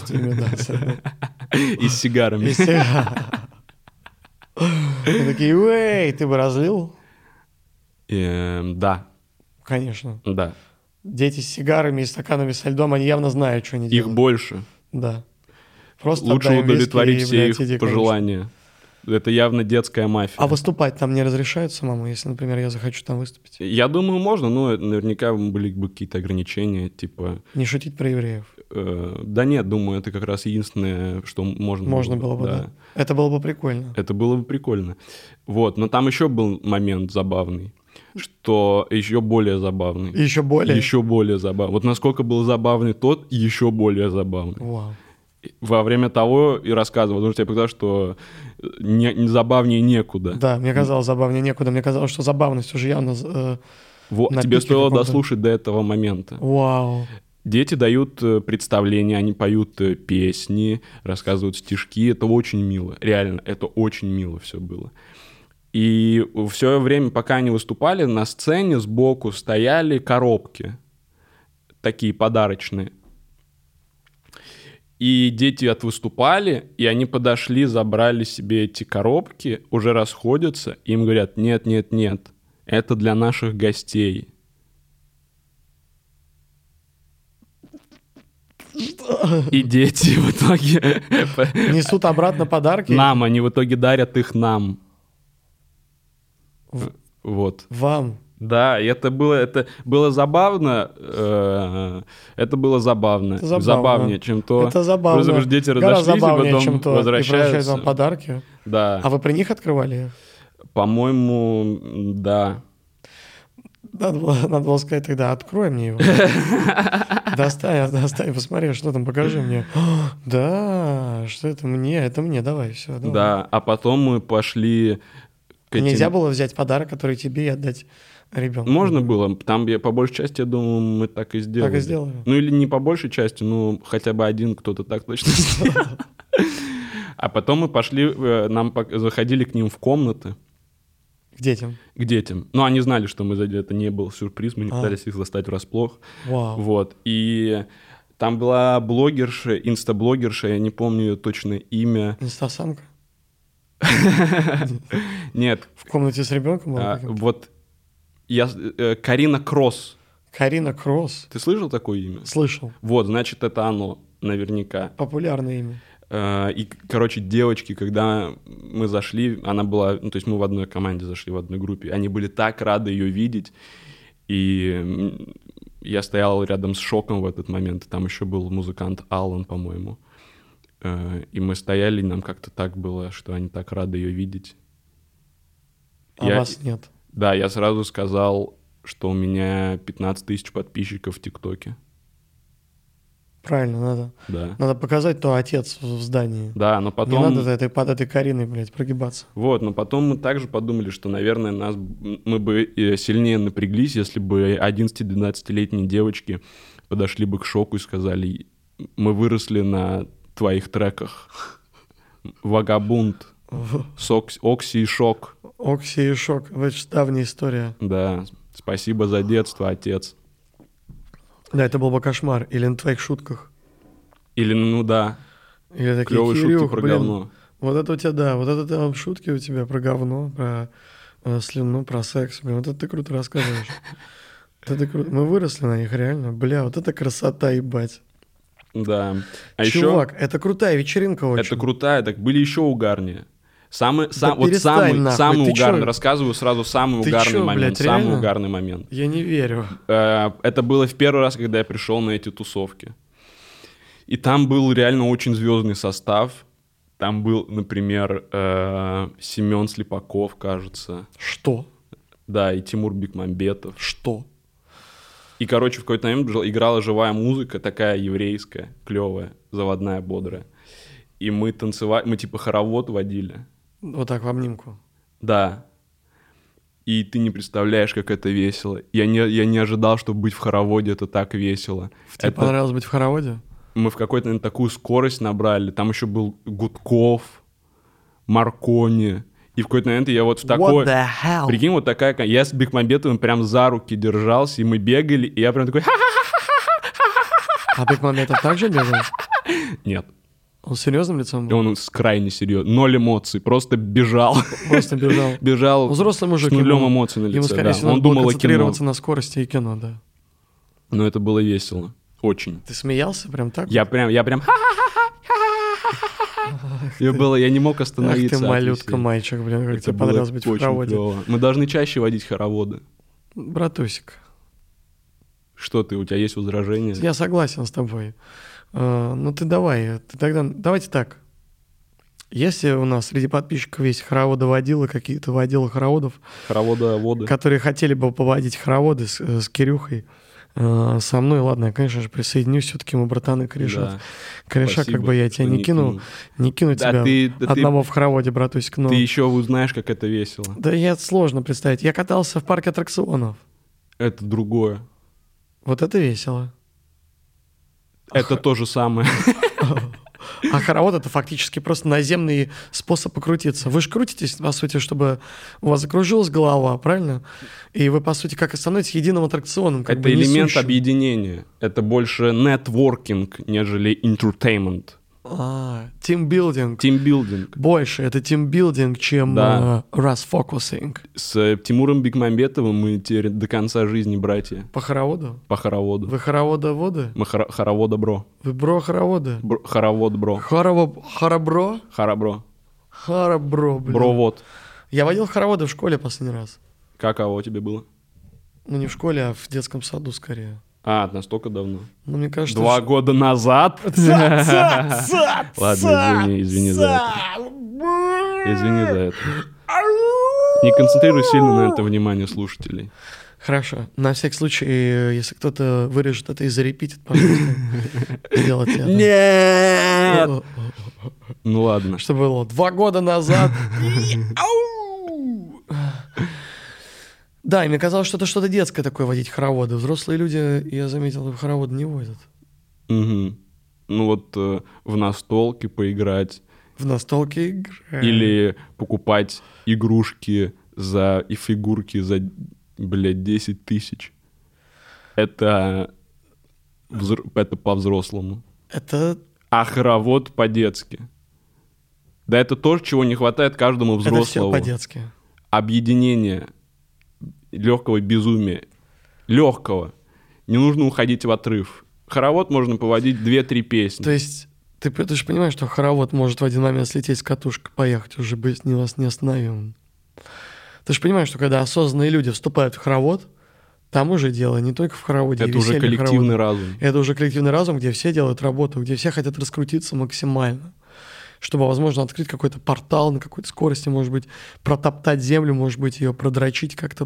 И с сигарами. И такие, эй, ты бы разлил? Да. Конечно. Да. Дети с сигарами и стаканами со льдом, они явно знают, что они делают. Их больше. Да. Просто лучше удовлетворить все их пожелания. Это явно детская мафия. А выступать там не разрешается, мама, если, например, я захочу там выступить? Я думаю, можно, но наверняка были бы какие-то ограничения, типа... Не шутить про евреев? Да нет, думаю, это как раз единственное, что можно было бы, да. Это было бы прикольно. Это было бы прикольно. Вот, но там еще был момент забавный, что еще более забавный. Еще более? Еще более забавный. Вот насколько был забавный тот, еще более забавный. Вау. Во время того и рассказывал, потому что я показал, что не забавнее некуда. Да, мне казалось, забавнее некуда. Мне казалось, что забавность уже явно... Вот, тебе стоило дослушать до этого момента. Вау. Дети дают представления, они поют песни, рассказывают стишки. Это очень мило. Реально, это очень мило все было. И все время, пока они выступали, на сцене сбоку стояли коробки. Такие подарочные. И дети отвыступали, и они подошли, забрали себе эти коробки, уже расходятся, и им говорят, нет, это для наших гостей. И дети в итоге... Несут обратно подарки? Нам, они в итоге дарят их нам. Вот. Вам? Да, и это было забавно. Это было забавно. Это забавно. Забавнее, чем то. Это забавно. Потому что дети Гораздо разошлись, и забавнее, потом чем то. И возвращают возвращаются. вам подарки. Да. А вы при них открывали их? По-моему, да. Надо было сказать тогда, открой мне его. Достань, посмотри, что там, покажи мне. Да, что это мне, давай, все. Да, а потом мы пошли... Нельзя было взять подарок, который тебе, и отдать ребенку? Можно было. Там, по большей части, я думаю, мы так и сделали. Так и сделали? Ну, или не по большей части, ну, хотя бы один кто-то так точно сделал. А потом мы пошли, заходили к ним в комнаты. К детям? К детям. Ну, они знали, что мы зайдем. Это не был сюрприз, мы не пытались их застать врасплох. Вау. Вот. И там была блогерша, инстаблогерша, я не помню ее точное имя. Инстасамка? Нет. В комнате с ребенком была? Вот Карина Кросс. Карина Кросс? Ты слышал такое имя? Слышал. Вот, значит, это оно, наверняка. Популярное имя. И, короче, девочки, когда мы зашли, она была, ну, то есть мы в одной команде зашли, в одной группе, они были так рады ее видеть, и я стоял рядом с Шоком в этот момент, там еще был музыкант Алан, по-моему, и мы стояли, и нам как-то так было, что они так рады ее видеть. Вас нет? Да, я сразу сказал, что у меня 15 тысяч подписчиков в ТикТоке. Правильно, надо показать, кто отец в здании. Да, но потом... Не надо под этой Кариной, блядь, прогибаться. Вот, но потом мы также подумали, что, наверное, мы бы сильнее напряглись, если бы 11-12-летние девочки подошли бы к Шоку и сказали: мы выросли на твоих треках. Вагабунд, Окси и Шок. Окси и Шок, это же давняя история. Да, спасибо за детство, отец. Да, это был бы кошмар. Или на твоих шутках. Или, ну да. Или такие: клевые Кирюх, шутки про говно. Вот это у тебя, да, вот это там шутки у тебя про говно, про слюну, про секс. Блин, вот это ты круто рассказываешь. Это круто. Мы выросли на них, реально. Бля, вот это красота, ебать. Да. А Чувак, еще... это крутая вечеринка очень. Это крутая, так были еще угарнее. Самый перестань, самый ты угарный, чё? рассказываю сразу самый Ты угарный чё, момент. блядь, Самый реально? угарный момент. Я не верю. Это было в первый раз, когда я пришел на эти тусовки. И там был реально очень звездный состав. Там был, например, Семен Слепаков, кажется. Что? Да, и Тимур Бекмамбетов. Что? И, короче, в какой-то момент играла живая музыка, такая еврейская, клевая, заводная, бодрая. И мы танцевали, мы типа хоровод водили. Вот так в обнимку. Да. И ты не представляешь, как это весело. Я не ожидал, что быть в хороводе — это так весело. Тебе понравилось быть в хороводе? Мы в какой-то, наверное, такую скорость набрали. Там еще был Гудков, Маркони. И в какой-то момент я вот в такой... What the hell? Прикинь, вот такая... Я с Бекмамбетовым прям за руки держался, и мы бегали, и я прям такой... А Бекмамбетов также бегал? Нет. Он с серьезным лицом был? Он крайне серьезный. 0 эмоций. Просто бежал. Просто бежал. Бежал Взрослый мужик. с нулем эмоций на лице. Ему, скорее Да. всего, Он надо было думал о кино. концентрироваться на скорости и кино, да. Но это было весело. Очень. Ты смеялся прям так? Я прям... Я не мог остановиться. Ах ты, малютка, мальчик, блин, как тебе понравилось быть в хороводе. Клево. Мы должны чаще водить хороводы. Братусик. Что ты, у тебя есть возражения? Я согласен с тобой. Ну ты тогда... Давайте так. Если у нас среди подписчиков есть хороводы-водилы, какие-то водилы-хороводов, Хороводы-воды. которые хотели бы поводить хороводы с Кирюхой, со мной, ладно, я, конечно же, присоединюсь, все-таки мы братаны кореша. Да. Кореша, Спасибо, как бы я тебя не кину Да, тебя одного в хороводе, братусик. Но... Ты еще узнаешь, как это весело. Да это сложно представить. Я катался в парке аттракционов. Это другое. Вот это весело. Это то же самое. А хоровод — это фактически просто наземный способ покрутиться. Вы же крутитесь, по сути, чтобы у вас закружилась голова, правильно? И вы, по сути, как и становитесь единым аттракционом. Как Это бы элемент несущим. объединения. Это больше нетворкинг, нежели entertainment. Тимбилдинг. Тимбилдинг. Больше. Это тимбилдинг, чем Да. расфокусинг. С Тимуром Бекмамбетовым мы теперь до конца жизни братья. По хороводу? По хороводу. Вы хоровода-воды? Мы хоровода бро. Вы бро-хороводы? Хоровод бро. Хоробро? Харабро. Хоробро, блин. Бровод. Я водил хороводы в школе последний раз. Каково тебе было? Ну, не в школе, а в детском саду скорее. Настолько давно. Ну, мне кажется... 2 года назад? Ладно, извини за это. Извини за это. Не концентрируй сильно на это внимание слушателей. Хорошо. На всякий случай, если кто-то вырежет это и зарепитит, пожалуйста, сделайте это. Нет! Ну ладно. Что было 2 года назад. Да, и мне казалось, что это что-то детское такое водить хороводы. Взрослые люди, я заметил, хороводы не водят. Угу. Ну вот в настолки поиграть. В настолки играть. Или покупать игрушки и фигурки за, 10 тысяч. Это по-взрослому. А хоровод по-детски. Да это то, чего не хватает каждому взрослому. Это все по-детски. Объединение, легкого безумия. Легкого. Не нужно уходить в отрыв. Хоровод можно поводить 2-3 песни. То есть ты же понимаешь, что хоровод может в один момент слететь с катушек, поехать уже быть неостановимым. Ты же понимаешь, что когда осознанные люди вступают в хоровод, там уже дело не только в хороводе. Это уже коллективный разум. Это уже коллективный разум, где все делают работу, где все хотят раскрутиться максимально, чтобы, возможно, открыть какой-то портал на какой-то скорости, может быть, протоптать землю, может быть, ее продрочить, как-то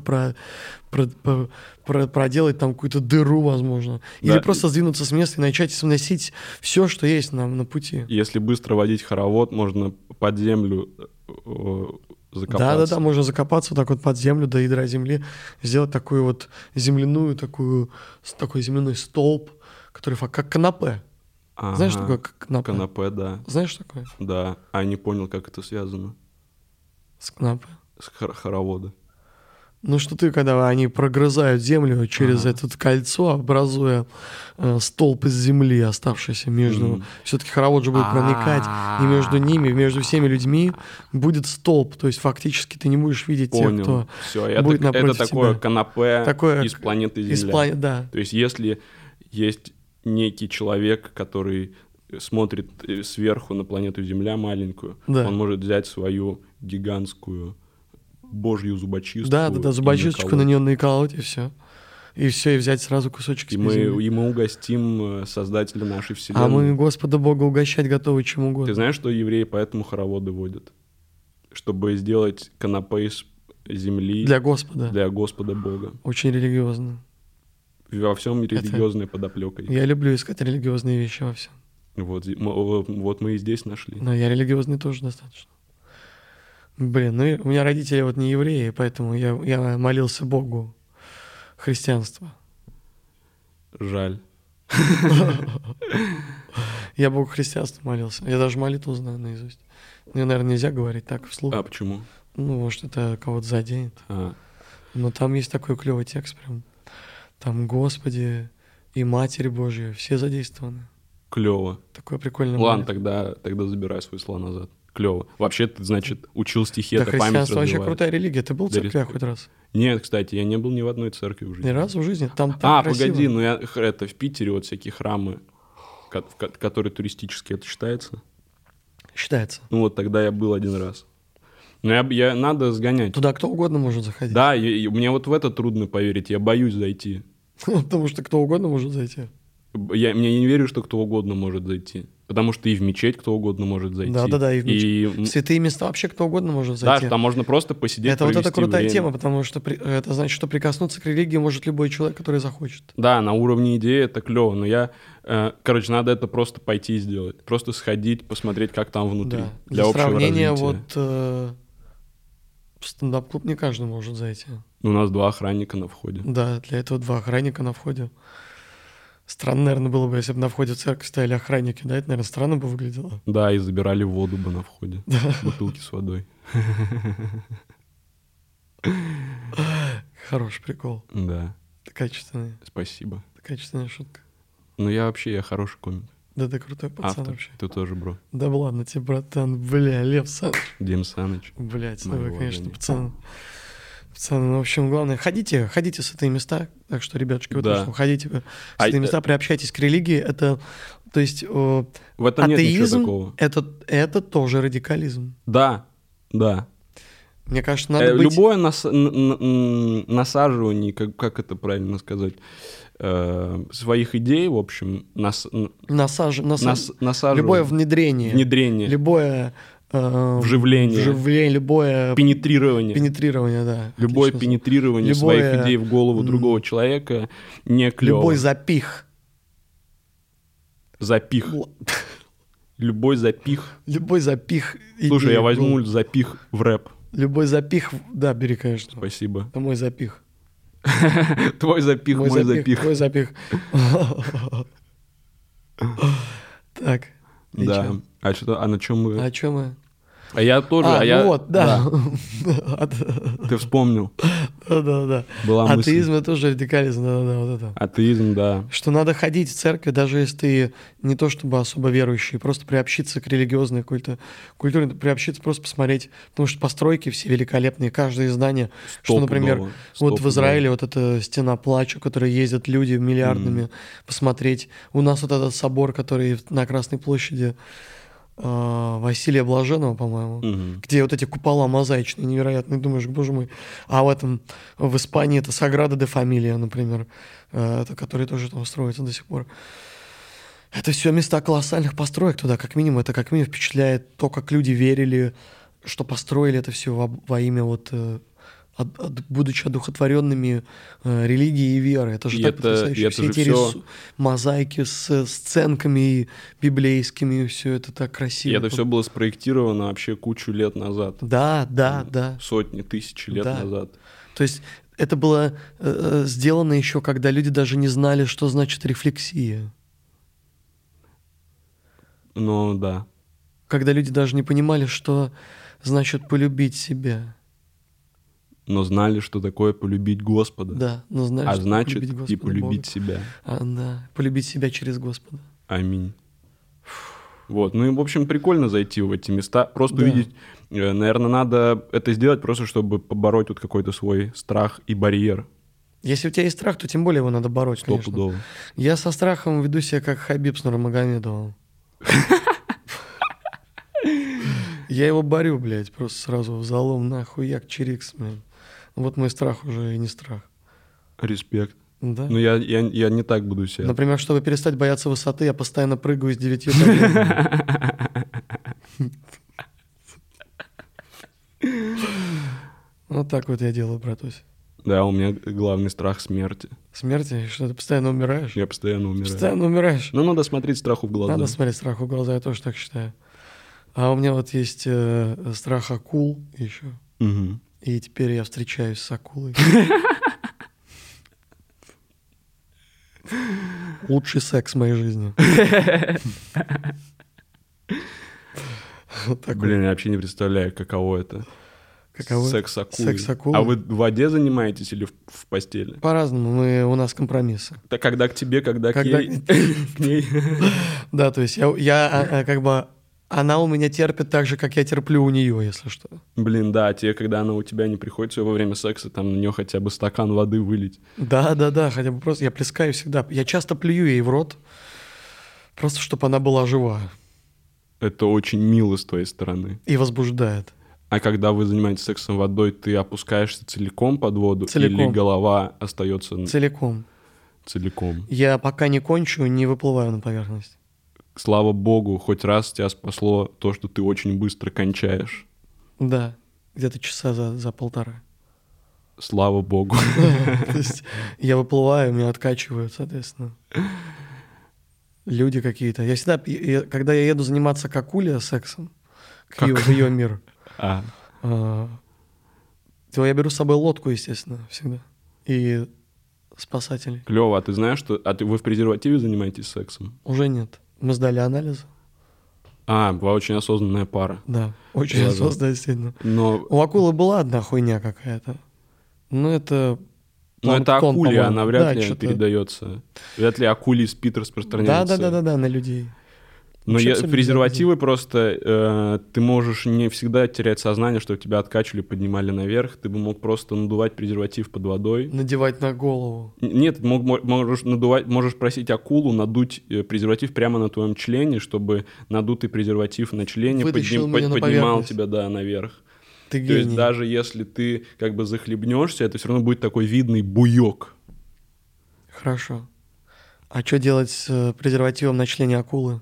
проделать там какую-то дыру, возможно. Или просто сдвинуться с места и начать сносить все, что есть на пути. Если быстро водить хоровод, можно под землю закопаться. Да, можно закопаться вот так вот под землю, до ядра земли, сделать такую вот такой земляной столб, который как канапе. Ага. Знаешь, что такое канапе? Канапе, да. Знаешь, что такое? Да. А я не понял, как это связано. С канапе? С хоровода. Ну, что когда они прогрызают землю через это кольцо, образуя столб из земли, оставшийся между... Все-таки хоровод же будет проникать, и между ними, между всеми людьми будет столб. То есть фактически ты не будешь видеть тех, кто будет напротив это такое тебя. Канапе из планеты Земля. Да. То есть если есть некий человек, который смотрит сверху на планету Земля маленькую, он может взять свою гигантскую божью зубочистку. Да, зубочисточку на нее наколоть, и все. И взять сразу кусочек и мы угостим Создателя нашей Вселенной. А мы Господа Бога угощать готовы чем угодно. Ты знаешь, что евреи поэтому хороводы водят? Чтобы сделать канапе из земли для Господа. Для Господа Бога. Очень религиозно. Во всем религиозной подоплекой. Я люблю искать религиозные вещи во всем. Вот мы и здесь нашли. Но я религиозный тоже достаточно. Блин, у меня родители не евреи, поэтому я молился Богу христианства. Жаль. Я Богу христианства молился. Я даже молитву знаю наизусть. Мне, наверное, нельзя говорить так вслух. А почему? Может, это кого-то заденет. Но там есть такой клевый текст прям. Там Господи и Матерь Божья, все задействованы. Клево. Такое прикольное. Ладно, тогда забирай свои слова назад. Клево. Вообще, ты, значит, учил стихи, это память развивает. Христианство вообще крутая религия. Ты был в церкви хоть раз? Нет, кстати, я не был ни в одной церкви в жизни. Ни разу в жизни? Там так красиво. Погоди, это в Питере вот всякие храмы, которые туристические, это считается? Считается. Тогда я был один раз. Но надо сгонять. Туда кто угодно может заходить. Да, мне вот в это трудно поверить, я боюсь зайти. Потому что кто угодно может зайти. Мне не верю, что кто угодно может зайти. Потому что и в мечеть кто угодно может зайти. Да, и в мечеть. В святые места вообще кто угодно может зайти. Да, там можно просто посидеть, это вот эта крутая время. тема, потому что это значит, что прикоснуться к религии может любой человек, который захочет. Да, на уровне идеи это клево, но надо это просто пойти и сделать. Просто сходить, посмотреть, как там внутри. Да. Для сравнения, в стендап-клуб не каждый может зайти. У нас 2 охранника на входе. Да, для этого 2 охранника на входе. Странно, наверное, было бы, если бы на входе в церковь стояли охранники, да? Это, наверное, странно бы выглядело. Да, и забирали воду бы на входе. Бутылки с водой. Хороший прикол. Да. Ты качественный. Спасибо. Ты качественная шутка. Я хороший комик. Да ты крутой пацан Автор. Вообще. Ты тоже, бро. Да ладно тебе, братан. Лев Саныч. Дим Саныч. Блядь, вы, конечно, пацаны, в общем, главное, ходите в святые места. Так что, ребятушки, ходите в святые места, приобщайтесь к религии. Это, то есть, в этом атеизм, нет ничего такого. Это тоже радикализм. Да. Мне кажется, надо быть... Любое насаживание, как это правильно сказать, своих идей, в общем, насаживание. Любое внедрение. Любое... Вживление, любое... Пенетрирование, да. Любое пенетрирование своих идей в голову другого человека не клево. Любой запих. Любой запих. Любой запих. Слушай, я возьму запих в рэп. Любой запих, да, бери, конечно. Спасибо. Это мой запих. Твой запих, мой запих. Твой запих. Так. Да. А на чем мы? А чем мы? А я тоже. Вот, да. Ты вспомнил. Да. Была мысль. Атеизм — это тоже радикализм, да, вот это. Атеизм, да. Что надо ходить в церковь, даже если ты не то чтобы особо верующий, просто приобщиться к религиозной какой-то культуре, приобщиться, просто посмотреть, потому что постройки все великолепные, каждое здание, что, например, вот в Израиле вот эта стена плача, в которой ездят люди миллиардными посмотреть. У нас вот этот собор, который на Красной площади, Василия Блаженного, по-моему, где вот эти купола мозаичные, невероятные, думаешь, боже мой. А в Испании это Саграда де Фамилия, например, который тоже там строится до сих пор. Это все места колоссальных построек туда, как минимум. Это как минимум впечатляет то, как люди верили, что построили это все во имя будучи одухотворенными религии и веры. Это же так потрясающе. Все эти мозаики с сценками библейскими, все это так красиво. И это все было спроектировано вообще кучу лет назад. Да. Сотни, тысячи лет назад. То есть это было сделано еще, когда люди даже не знали, что значит рефлексия. Ну, да. Когда люди даже не понимали, что значит полюбить себя. Но знали, что такое полюбить Господа. Да, но знали, что значит полюбить Господа, и полюбить себя. Да, полюбить себя через Господа. Аминь. Вот, ну и, в общем, прикольно зайти в эти места, просто увидеть, наверное, надо это сделать просто, чтобы побороть вот какой-то свой страх и барьер. Если у тебя есть страх, то тем более его надо бороть, конечно. Стопудово. Я со страхом веду себя как Хабиб с Нурмагомедовым. Я его борю, блядь, просто сразу в залом, нахуй, як чирикс, блядь. Вот мой страх уже и не страх. Респект. Да. Ну, я не так буду себя. Например, чтобы перестать бояться высоты, я постоянно прыгаю с 9 этажей. Вот так вот я делаю, братусь. Да, у меня главный страх смерти. Смерти? Что, ты постоянно умираешь? Я постоянно умираю. Постоянно умираешь? Ну, надо смотреть страху в глаза. Надо смотреть страху в глаза, я тоже так считаю. А у меня вот есть страх акул еще. Угу. И теперь я встречаюсь с акулой. Лучший секс в моей жизни. Блин, я вообще не представляю, каково это. Каково? Секс акулы. Секс акулы. А вы в воде занимаетесь или в постели? По-разному. У нас компромиссы. Так когда к тебе, когда к ней? Да, то есть я как бы... Она у меня терпит так же, как я терплю у нее, если что. Блин, да, тебе, когда она у тебя не приходит во время секса, там на нее хотя бы стакан воды вылить. Да, хотя бы просто я плескаю всегда. Я часто плюю ей в рот, просто чтобы она была жива. Это очень мило с твоей стороны. И возбуждает. А когда вы занимаетесь сексом водой, ты опускаешься целиком под воду? Целиком. Или голова остается... Целиком. Целиком. Я пока не кончу, не выплываю на поверхность. Слава богу, хоть раз тебя спасло то, что ты очень быстро кончаешь. Да, где-то часа за полтора. Слава богу. То есть я выплываю, меня откачивают, соответственно. Люди какие-то. Я всегда, когда я еду заниматься к акуле сексом, в ее мир, то я беру с собой лодку, естественно, всегда. И спасателей. Клево. А ты знаешь, что... вы в презервативе занимаетесь сексом? Уже нет. Мы сдали анализы. Вы очень осознанная пара. Да, очень осознанная, действительно. Но... У акулы была одна хуйня какая-то. Это акулья, она вряд ли передается. Вряд ли акулий спид распространяется. Да, на людей. Но презервативы просто... ты можешь не всегда терять сознание, что тебя откачивали, поднимали наверх. Ты бы мог просто надувать презерватив под водой. Надевать на голову. Нет, можешь просить акулу надуть презерватив прямо на твоем члене, чтобы надутый презерватив на члене поднимал тебя наверх. Ты То есть гений. даже если ты как бы захлебнешься, это все равно будет такой видный буёк. Хорошо. А что делать с презервативом на члене акулы?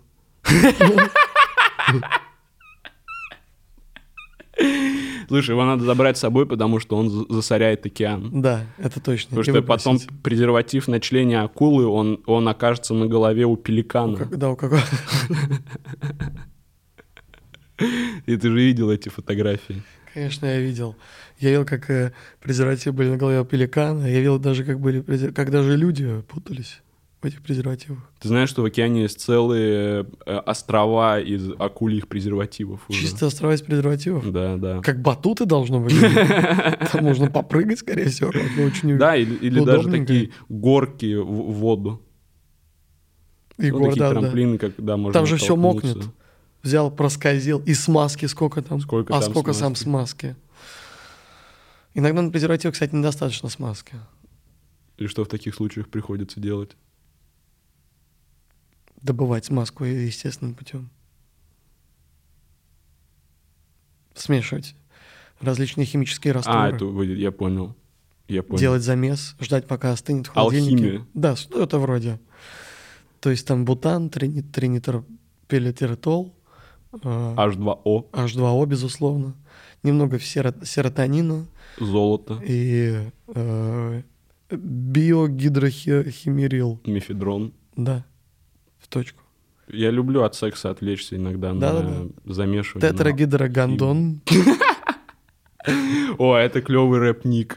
Слушай, его надо забрать с собой, потому что он засоряет океан. Да, это точно. Потому И что потом выбросить. презерватив на члене акулы, он окажется на голове у пеликана. Да, у какого? И ты же видел эти фотографии. Конечно, я видел. Я видел, как презервативы были на голове у пеликана. Я видел даже, как даже люди путались в этих презервативах. Ты знаешь, что в океане есть целые острова из акульих презервативов уже? Чисто острова из презервативов? Да, да. Как батуты должно быть. Там можно попрыгать, скорее всего. как-то очень Да, или даже удобненько. такие горки в воду. Егор, такие да, да. трамплины, когда можно Там же все толкнуться. мокнет. Взял, проскользил. И смазки сколько там? Сколько А там сколько сам смазки? смазки? Иногда на презерватив, кстати, недостаточно смазки. И что в таких случаях приходится делать? Добывать смазку естественным путем. Смешивать различные химические растворы. Я понял. Делать замес, ждать, пока остынет в холодильнике. Алхимия. Да, что-то вроде. То есть там бутан, тринитропилитертол, H2O, H2O, безусловно, немного серотонина золото, и биогидрохимерил. мефедрон. Да, в точку. Я люблю от секса отвлечься иногда на замешивание. Тетрагидрогандон. О, это клевый рэп-ник.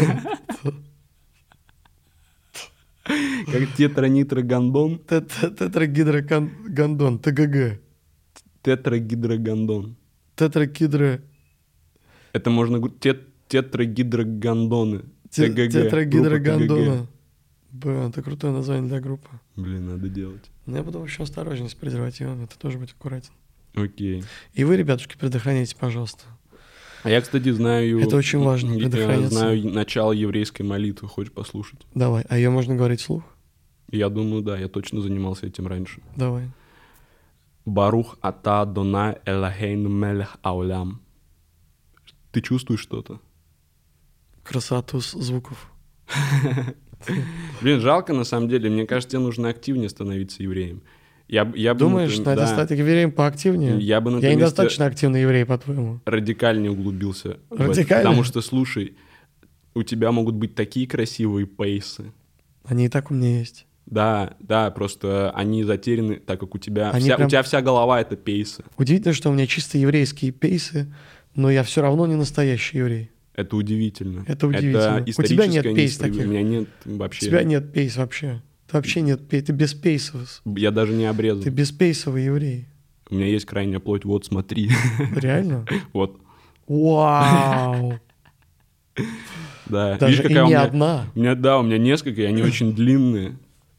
Как тетрanitrogandon. Тетрагидрогандон, ТГГ. Тетрагидрогандон. Тетрагидро... Это можно говорить тетрагидрогандоны. ТГГ. Тетрагидрогандона. Блин, это крутое название для группы. Блин, надо делать. Но я буду вообще осторожней с презервативами, это тоже быть аккуратен. Окей. И вы, ребятушки, предохраняйтесь, пожалуйста. А я, кстати, знаю... Это очень важно, Я предохраняться. знаю начало еврейской молитвы. Хочешь послушать? Давай, а ее можно говорить вслух? Я думаю, да. Я точно занимался этим раньше. Давай. Барух ата Адонай Элохейну мелех аулям. Ты чувствуешь что-то? Красоту звуков. Блин, жалко на самом деле. Мне кажется, тебе нужно активнее становиться евреем. Думаешь, надо стать евреем поактивнее? Я бы на Я твоем месте недостаточно активный еврей, по-твоему. радикальнее углубился. в это. Радикально? Потому что, слушай, у тебя могут быть такие красивые пейсы. Они и так у меня есть. Да, просто они затеряны, так как у тебя... Они У прям- тебя вся голова — это пейсы. Удивительно, что у меня чисто еврейские пейсы, но я все равно не настоящий еврей. Это удивительно. Это удивительно. Это У тебя нет историческая пейс несправедливость. таких. У меня нет У вообще... тебя нет пейс вообще. Ты вообще нет пейс. Ты без пейсов. Я даже не обрезан. Ты беспейсовый еврей. У меня есть крайняя плоть. Вот, смотри. Реально? Вот. Вау! Да. Даже Видишь, и какая не у меня... одна. У меня несколько, и они очень длинные.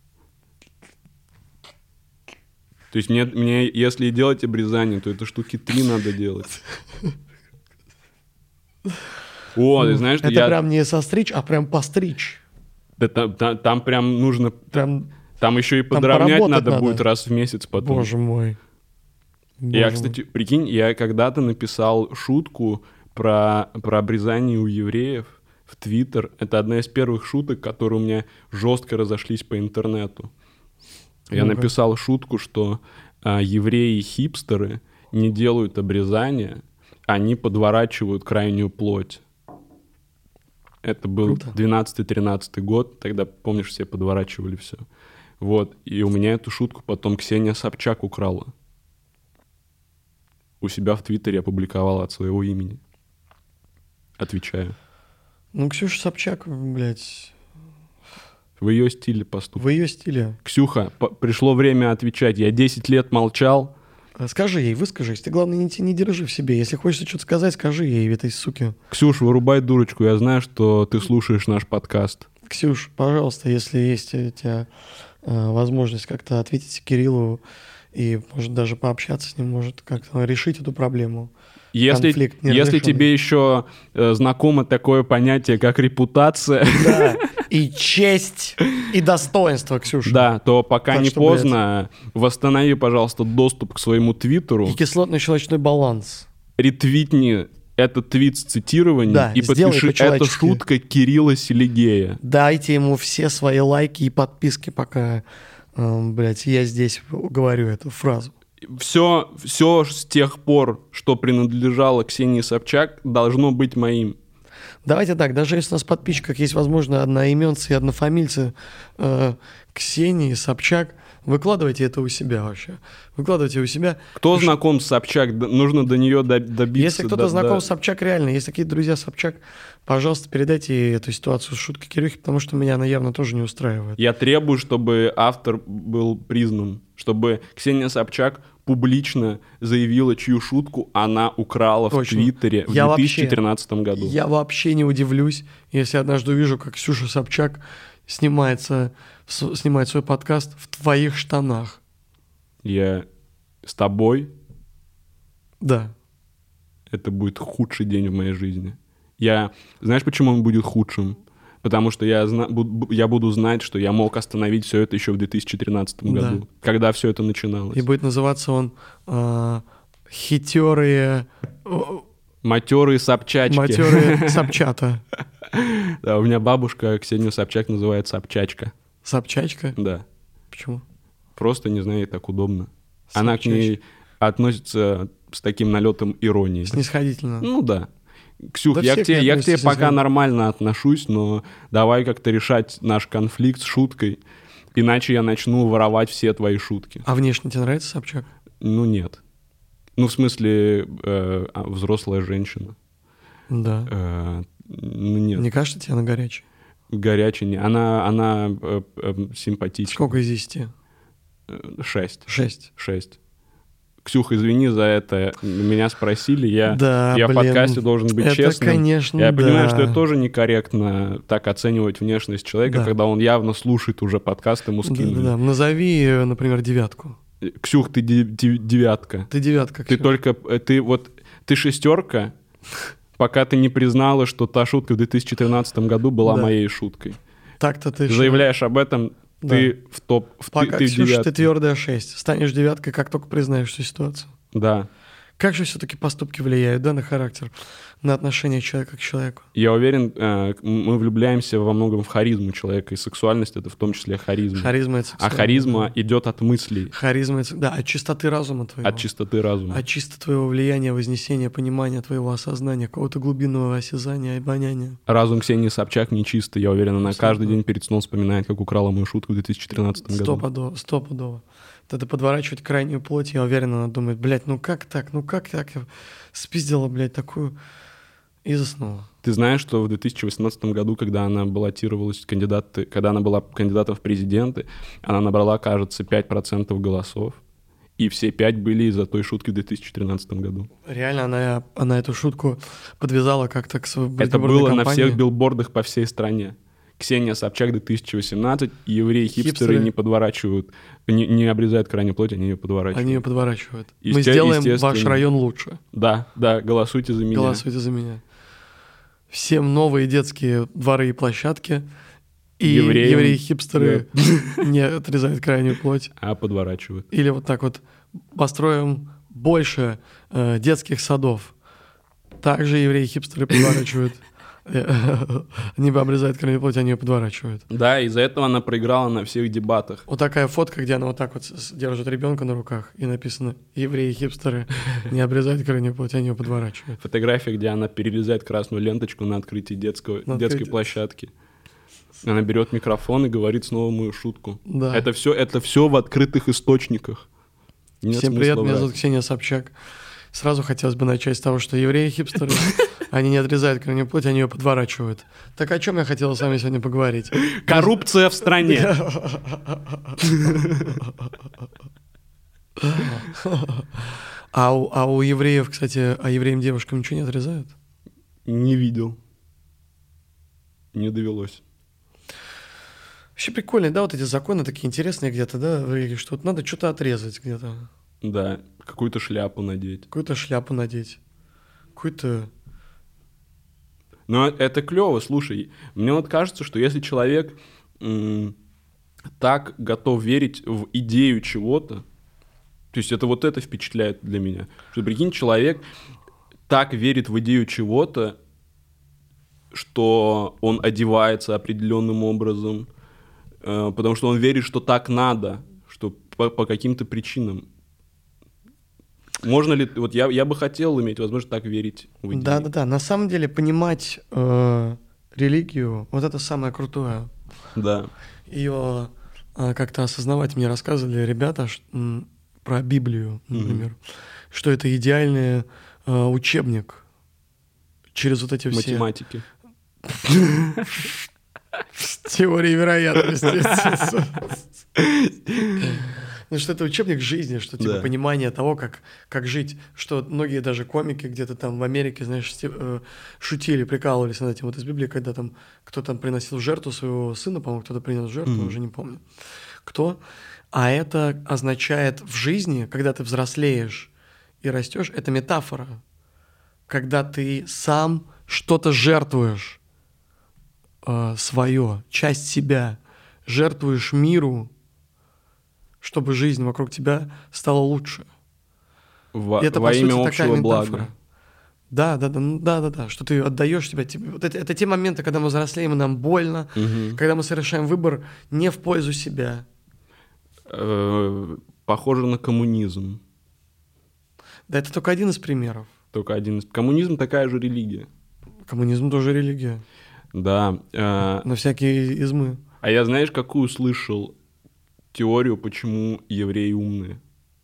То есть мне, если делать обрезание, то это штуки 3 надо делать. О, ты знаешь, что Это прям не состричь, а прям постричь. Да, там прям нужно... Прям, Там еще и Там подровнять поработать надо надо. будет раз в месяц потом. боже мой. Я, Боже мой. кстати, прикинь, я когда-то написал шутку про обрезание у евреев в Твиттер. Это одна из первых шуток, которые у меня жестко разошлись по интернету. Я Ну-ка. написал шутку, что евреи-хипстеры не делают обрезания, они подворачивают крайнюю плоть. Это был Круто. 12-13 год, тогда, помнишь, все подворачивали все. Вот, и у меня эту шутку потом Ксения Собчак украла. У себя в Твиттере опубликовала от своего имени. Отвечаю. Ну, Ксюша Собчак, блядь, В ее стиле поступок. в ее стиле. Ксюха, пришло время отвечать. Я 10 лет молчал. Скажи ей, выскажись. Ты, главное, не держи в себе. Если хочешь что-то сказать, скажи ей, этой суке. Ксюш, вырубай дурочку. Я знаю, что ты слушаешь наш подкаст. Ксюш, пожалуйста, если есть у тебя возможность как-то ответить Кириллу и, может, даже пообщаться с ним, может, как-то решить эту проблему. Конфликт Если неразрешенный. тебе еще знакомо такое понятие, как репутация, Да, и честь, и достоинство, Ксюша. да, то пока Так не что, поздно, восстанови, пожалуйста, доступ к своему твиттеру, И кислотно-щелочной баланс. ретвитни этот твит с цитированием, Да, и сделай подпиши, это по-человечески. шутка Кирилла Селигея. Дайте ему все свои лайки и подписки, пока, блядь, я здесь говорю эту фразу. Все с тех пор, что принадлежало Ксении Собчак, должно быть моим. Давайте так, даже если у нас в подписчиках есть, возможно, одноименцы и однофамильцы Ксении, Собчак, выкладывайте это у себя вообще. Выкладывайте у себя. Кто знаком с Собчак, нужно до нее добиться. Если кто-то знаком с Собчак реально, если какие-то друзья Собчак, пожалуйста, передайте ей эту ситуацию с шуткой Кирюхи, потому что меня она явно тоже не устраивает. Я требую, чтобы автор был признан, чтобы Ксения Собчак публично заявила, чью шутку она украла Точно. в Твиттере в Я 2013 году. Я вообще не удивлюсь, если однажды увижу, как Ксюша Собчак снимает свой подкаст в твоих штанах. Я с тобой, Да. это будет худший день в моей жизни. Знаешь, почему он будет худшим? Потому что я буду знать, что я мог остановить все это еще в 2013 году, Да. когда все это начиналось. И будет называться он «Хитерые Матерые Собчачки. матерые Собчата». Да, у меня бабушка Ксению Собчак называет Собчачка. Собчачка? Да. Почему? Просто, не знаю, ей так удобно. Она к Собчачка. ней относится с таким налетом иронии. Снисходительно. Ну да. Ксюх, Да я все к к ней тебе относятся пока снисходительно. нормально отношусь, но давай как-то решать наш конфликт с шуткой, иначе я начну воровать все твои шутки. А внешне тебе нравится Собчак? Ну нет. Ну в смысле взрослая женщина. Да. Ну нет. Не кажется тебе она горячей? Горячая не. Она симпатичная. Сколько из 10? 6. 6. 6. Ксюх, извини за это. Меня спросили, я в блин, подкасте должен быть это, честным. конечно, Я понимаю, да. что это тоже некорректно так оценивать внешность человека, Да. когда он явно слушает уже подкаст, ему скинули. Да. Назови, например, 9. Ксюх, ты девятка. Ты 9. Ты только... Ты 6, пока ты не признала, что та шутка в 2013 году была Да. моей шуткой. Так-то ты... Заявляешь об этом, Да. ты в топ... Пока, ты в Ксюша, ты девятке. твердая 6. Станешь 9, как только признаешь всю ситуацию. Да. Как же все-таки поступки влияют, да, на характер, на отношение человека к человеку? Я уверен, мы влюбляемся во многом в харизму человека, и сексуальность — это в том числе харизма. Харизма — это А сексуальность. харизма идет от мыслей, Харизма — это... Да, от чистоты разума твоего. от чистоты разума. От чисто твоего влияния, вознесения, понимания твоего осознания, какого-то глубинного осязания, обоняния. Разум Ксении Собчак нечистый, я уверен, она Абсолютно. каждый день перед сном вспоминает, как украла мою шутку в 2013 году. Стопудово. Вот это подворачивать крайнюю плоть, я уверен, она думает, блядь, ну как так? Я спиздила, блядь, такую... И заснула. Ты знаешь, что в 2018 году, когда она баллотировалась, когда она была кандидатом в президенты, она набрала, кажется, 5% голосов, и все 5 были из-за той шутки в 2013 году. Реально, она эту шутку подвязала как-то к своей Это предвыборной было на кампании. всех билбордах по всей стране. Ксения Собчак 2018, и евреи-хипстеры Хипстеры. не подворачивают, не обрезают крайнюю плоть, они ее подворачивают. Они ее подворачивают. Мы Есте- сделаем естественно. ваш район лучше. Да, голосуйте за меня. Голосуйте за меня. Всем новые детские дворы и площадки. И Евреям, евреи-хипстеры не отрезают крайнюю плоть. А подворачивают. Или вот так вот построим больше детских садов. Также евреи-хипстеры подворачивают. Не обрезают крайнюю плоть, они ее подворачивают. Да, из-за этого она проиграла на всех дебатах. Вот такая фотка, где она вот так вот держит ребенка на руках, и написано «Евреи-хипстеры не обрезают крайнюю плоть, они ее подворачивают». Фотография, где она перерезает красную ленточку на открытии детской площадки. Она берет микрофон и говорит снова мою шутку. Да. Это все в открытых источниках. Нет Всем смысла привет, меня врать. зовут Ксения Собчак. Сразу хотелось бы начать с того, что евреи-хипстеры, они не отрезают крайнюю плоть, они ее подворачивают. Так о чем я хотел с вами сегодня поговорить? Коррупция в стране. А у евреев, кстати, евреям девушкам ничего не отрезают? Не видел. Не довелось. Вообще прикольно, да, вот эти законы такие интересные где-то, да, в религии, что вот надо что-то отрезать где-то. Да, какую-то шляпу надеть. Какую-то шляпу надеть. Какую-то... Но это клево, слушай. Мне вот кажется, что если человек так готов верить в идею чего-то, то есть это впечатляет для меня. Что, прикинь, человек так верит в идею чего-то, что он одевается определенным образом, потому что он верит, что так надо, что по каким-то причинам. Можно ли... Вот я бы хотел иметь возможность так верить в идею. Да-да-да. На самом деле понимать религию, вот это самое крутое. Да. Ее как-то осознавать мне рассказывали ребята про Библию, например, что это идеальный учебник через вот эти все... Математики. Теории вероятности. Ну, что это учебник жизни, что типа понимание того, как жить, что многие даже комики где-то там в Америке, знаешь, шутили, прикалывались над этим. Вот из Библии, когда там кто-то приносил в жертву своего сына, по-моему, кто-то принес в жертву, уже не помню, кто. А это означает в жизни, когда ты взрослеешь и растешь, это метафора, когда ты сам что-то жертвуешь, свое, часть себя, жертвуешь миру, чтобы жизнь вокруг тебя стала лучше. Во имя общего блага. Да, что ты отдаешь себя. Вот это те моменты, когда мы взрослеем, и нам больно, когда мы совершаем выбор не в пользу себя. Похоже на коммунизм. Да, это только один из примеров. Только один из. Коммунизм такая же религия. Коммунизм тоже религия. Да. На всякие измы. А я знаешь, какую слышал теорию, почему евреи умные?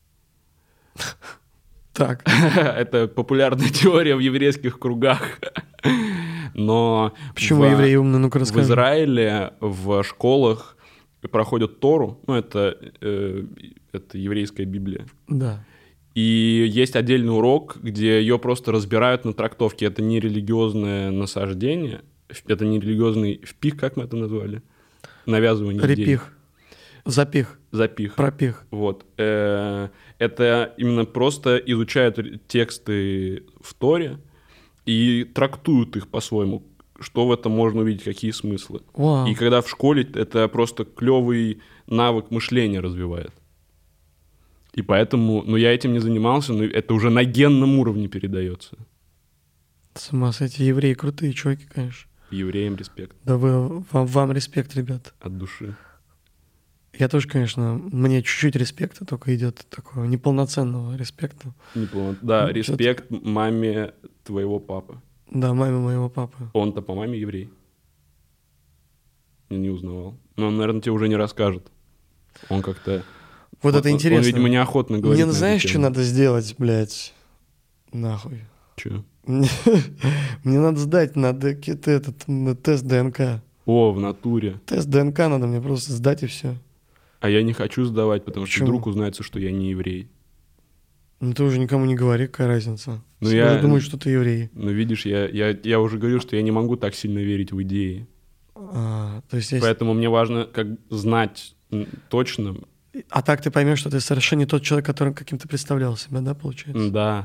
Так. Это популярная теория в еврейских кругах. Но почему евреи умные? Ну-ка расскажи. В Израиле в школах проходят Тору, ну это еврейская Библия. Да. И есть отдельный урок, где ее просто разбирают на трактовке. Это не религиозное насаждение, это не религиозный впих, как мы это назвали? Навязывание идей. Репих. Запих. Пропих. Вот. Это именно просто изучают тексты в Торе и трактуют их по-своему. Что в этом можно увидеть, какие смыслы. Вау. И когда в школе это просто клевый навык мышления развивает. И поэтому, я этим не занимался, но это уже на генном уровне передается. С ума сойти, евреи крутые чуваки, конечно. Евреям респект. Да вам респект, ребят. От души. Я тоже, конечно, мне чуть-чуть респекта только идет, такого неполноценного респекта. Да, респект маме твоего папы. Да, маме моего папы. Он-то по маме еврей. Я не узнавал. Но он, наверное, тебе уже не расскажет. Он как-то... Вот это интересно. Он, видимо, неохотно говорит. Мне знаешь, что надо сделать, блядь? Нахуй. Че? Мне надо сдать этот тест ДНК. О, в натуре. Тест ДНК надо мне просто сдать и все. А я не хочу сдавать, потому что вдруг узнается, что я не еврей. Ну ты уже никому не говори, какая разница. Ну я думаю, что ты еврей. Ну видишь, я уже говорил, что я не могу так сильно верить в идеи. То есть поэтому мне важно как знать точно. А так ты поймешь, что ты совершенно не тот человек, которым каким-то представлял себя, да, получается? Да.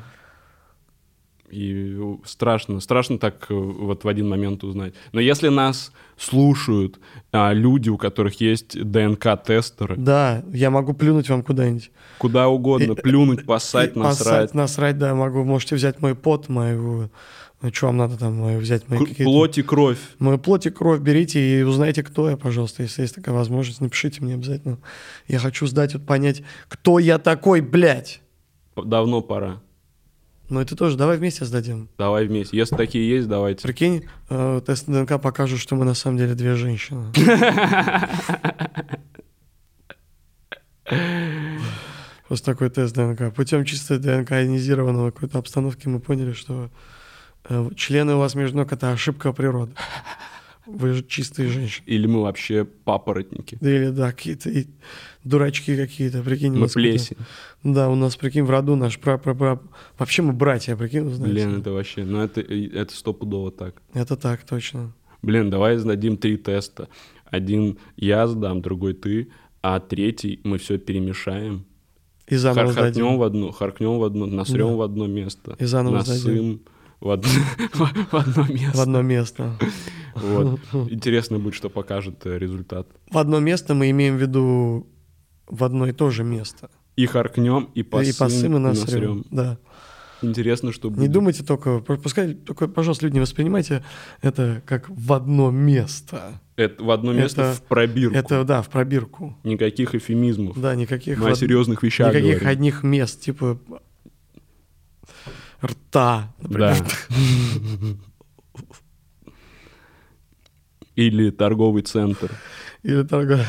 И страшно так вот в один момент узнать. Но если нас слушают люди, у которых есть ДНК-тестеры... Да, я могу плюнуть вам куда-нибудь. Куда угодно, плюнуть, поссать, насрать. Насрать, да, могу. Можете взять мой пот, мою... Что вам надо там взять? Мои какие-то... Плоть и кровь. Мою плоть и кровь берите и узнайте, кто я, пожалуйста. Если есть такая возможность, напишите мне обязательно. Я хочу сдать, понять, кто я такой, блядь. Давно пора. Ну это тоже, давай вместе сдадим. Давай вместе. Если такие есть, давайте. Прикинь, тест ДНК покажет, что мы на самом деле две женщины. Просто такой тест ДНК. Путем чисто ДНК-ионизированного какой-то обстановки мы поняли, что члены у вас между ног — это ошибка природы. Вы же чистые женщины. Или мы вообще папоротники. Или, да, какие-то дурачки какие-то, прикинь. Мы плесень. Да, у нас, прикинь, в роду наш вообще мы братья, прикинь, знаете. Блин, это вообще, это стопудово так. Это так, точно. Блин, давай сдадим 3 теста. Один я сдам, другой ты, а третий мы все перемешаем. И заново харкнем в одно, насрем в одно место. И заново насым в одно место. В одно место. Вот. Интересно будет, что покажет результат. В одно место мы имеем в виду в одно и то же место. И харкнем, и посым, и насрем. Да. Интересно, что будет. Не думайте только, пускай, только, пожалуйста, люди, не воспринимайте это как в одно место. Это в одно место в пробирку. Это, да, в пробирку. Никаких эфемизмов. Да, никаких... Мы о серьезных вещах никаких говорим. одних мест, типа рта, например. Да. Или торговый центр. Или торговый...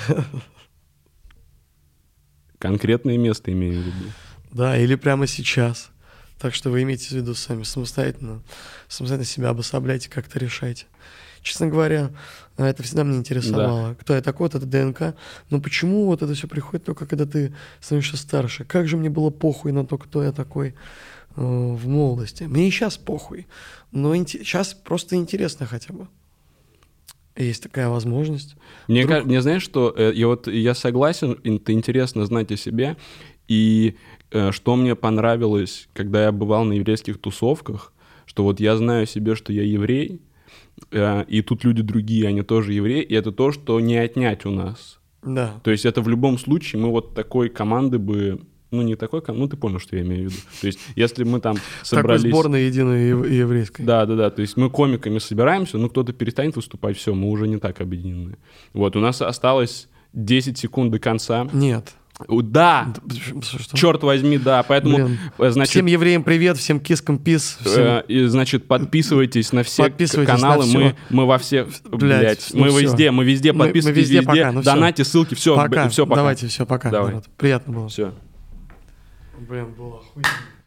Конкретное место имею в виду. Да, или прямо сейчас. Так что вы имейте в виду сами самостоятельно себя обособляйте, как-то решайте. Честно говоря, это всегда меня интересовало. Да. Кто я такой, вот это ДНК. Но почему вот это все приходит только когда ты становишься старше? Как же мне было похуй на то, кто я такой в молодости. Мне и сейчас похуй. Но сейчас просто интересно хотя бы. Есть такая возможность. Мне знаешь, что я согласен, это интересно знать о себе. И что мне понравилось, когда я бывал на еврейских тусовках, что вот я знаю о себе, что я еврей, и тут люди другие, они тоже евреи, и это то, что не отнять у нас. Да. То есть это в любом случае мы вот такой команды бы... Ну, не такой, ну, ты понял, что я имею в виду. То есть, если мы там собрались... Такой сборной единой еврейской. Да. То есть, мы комиками собираемся, ну, кто-то перестанет выступать, все, мы уже не так объединены. Вот, у нас осталось 10 секунд до конца. Нет. Да! Что? Черт возьми, да. Поэтому, значит... Всем евреям привет, всем кискам пис. Всем... И, значит, подписывайтесь на все каналы. Мы во все... Блядь, мы везде подписывайтесь, везде. Пока, донате, ссылки, все, пока. Все, пока. Давайте, все, пока. Давай. Приятно было. Все. Блин, было охуенно.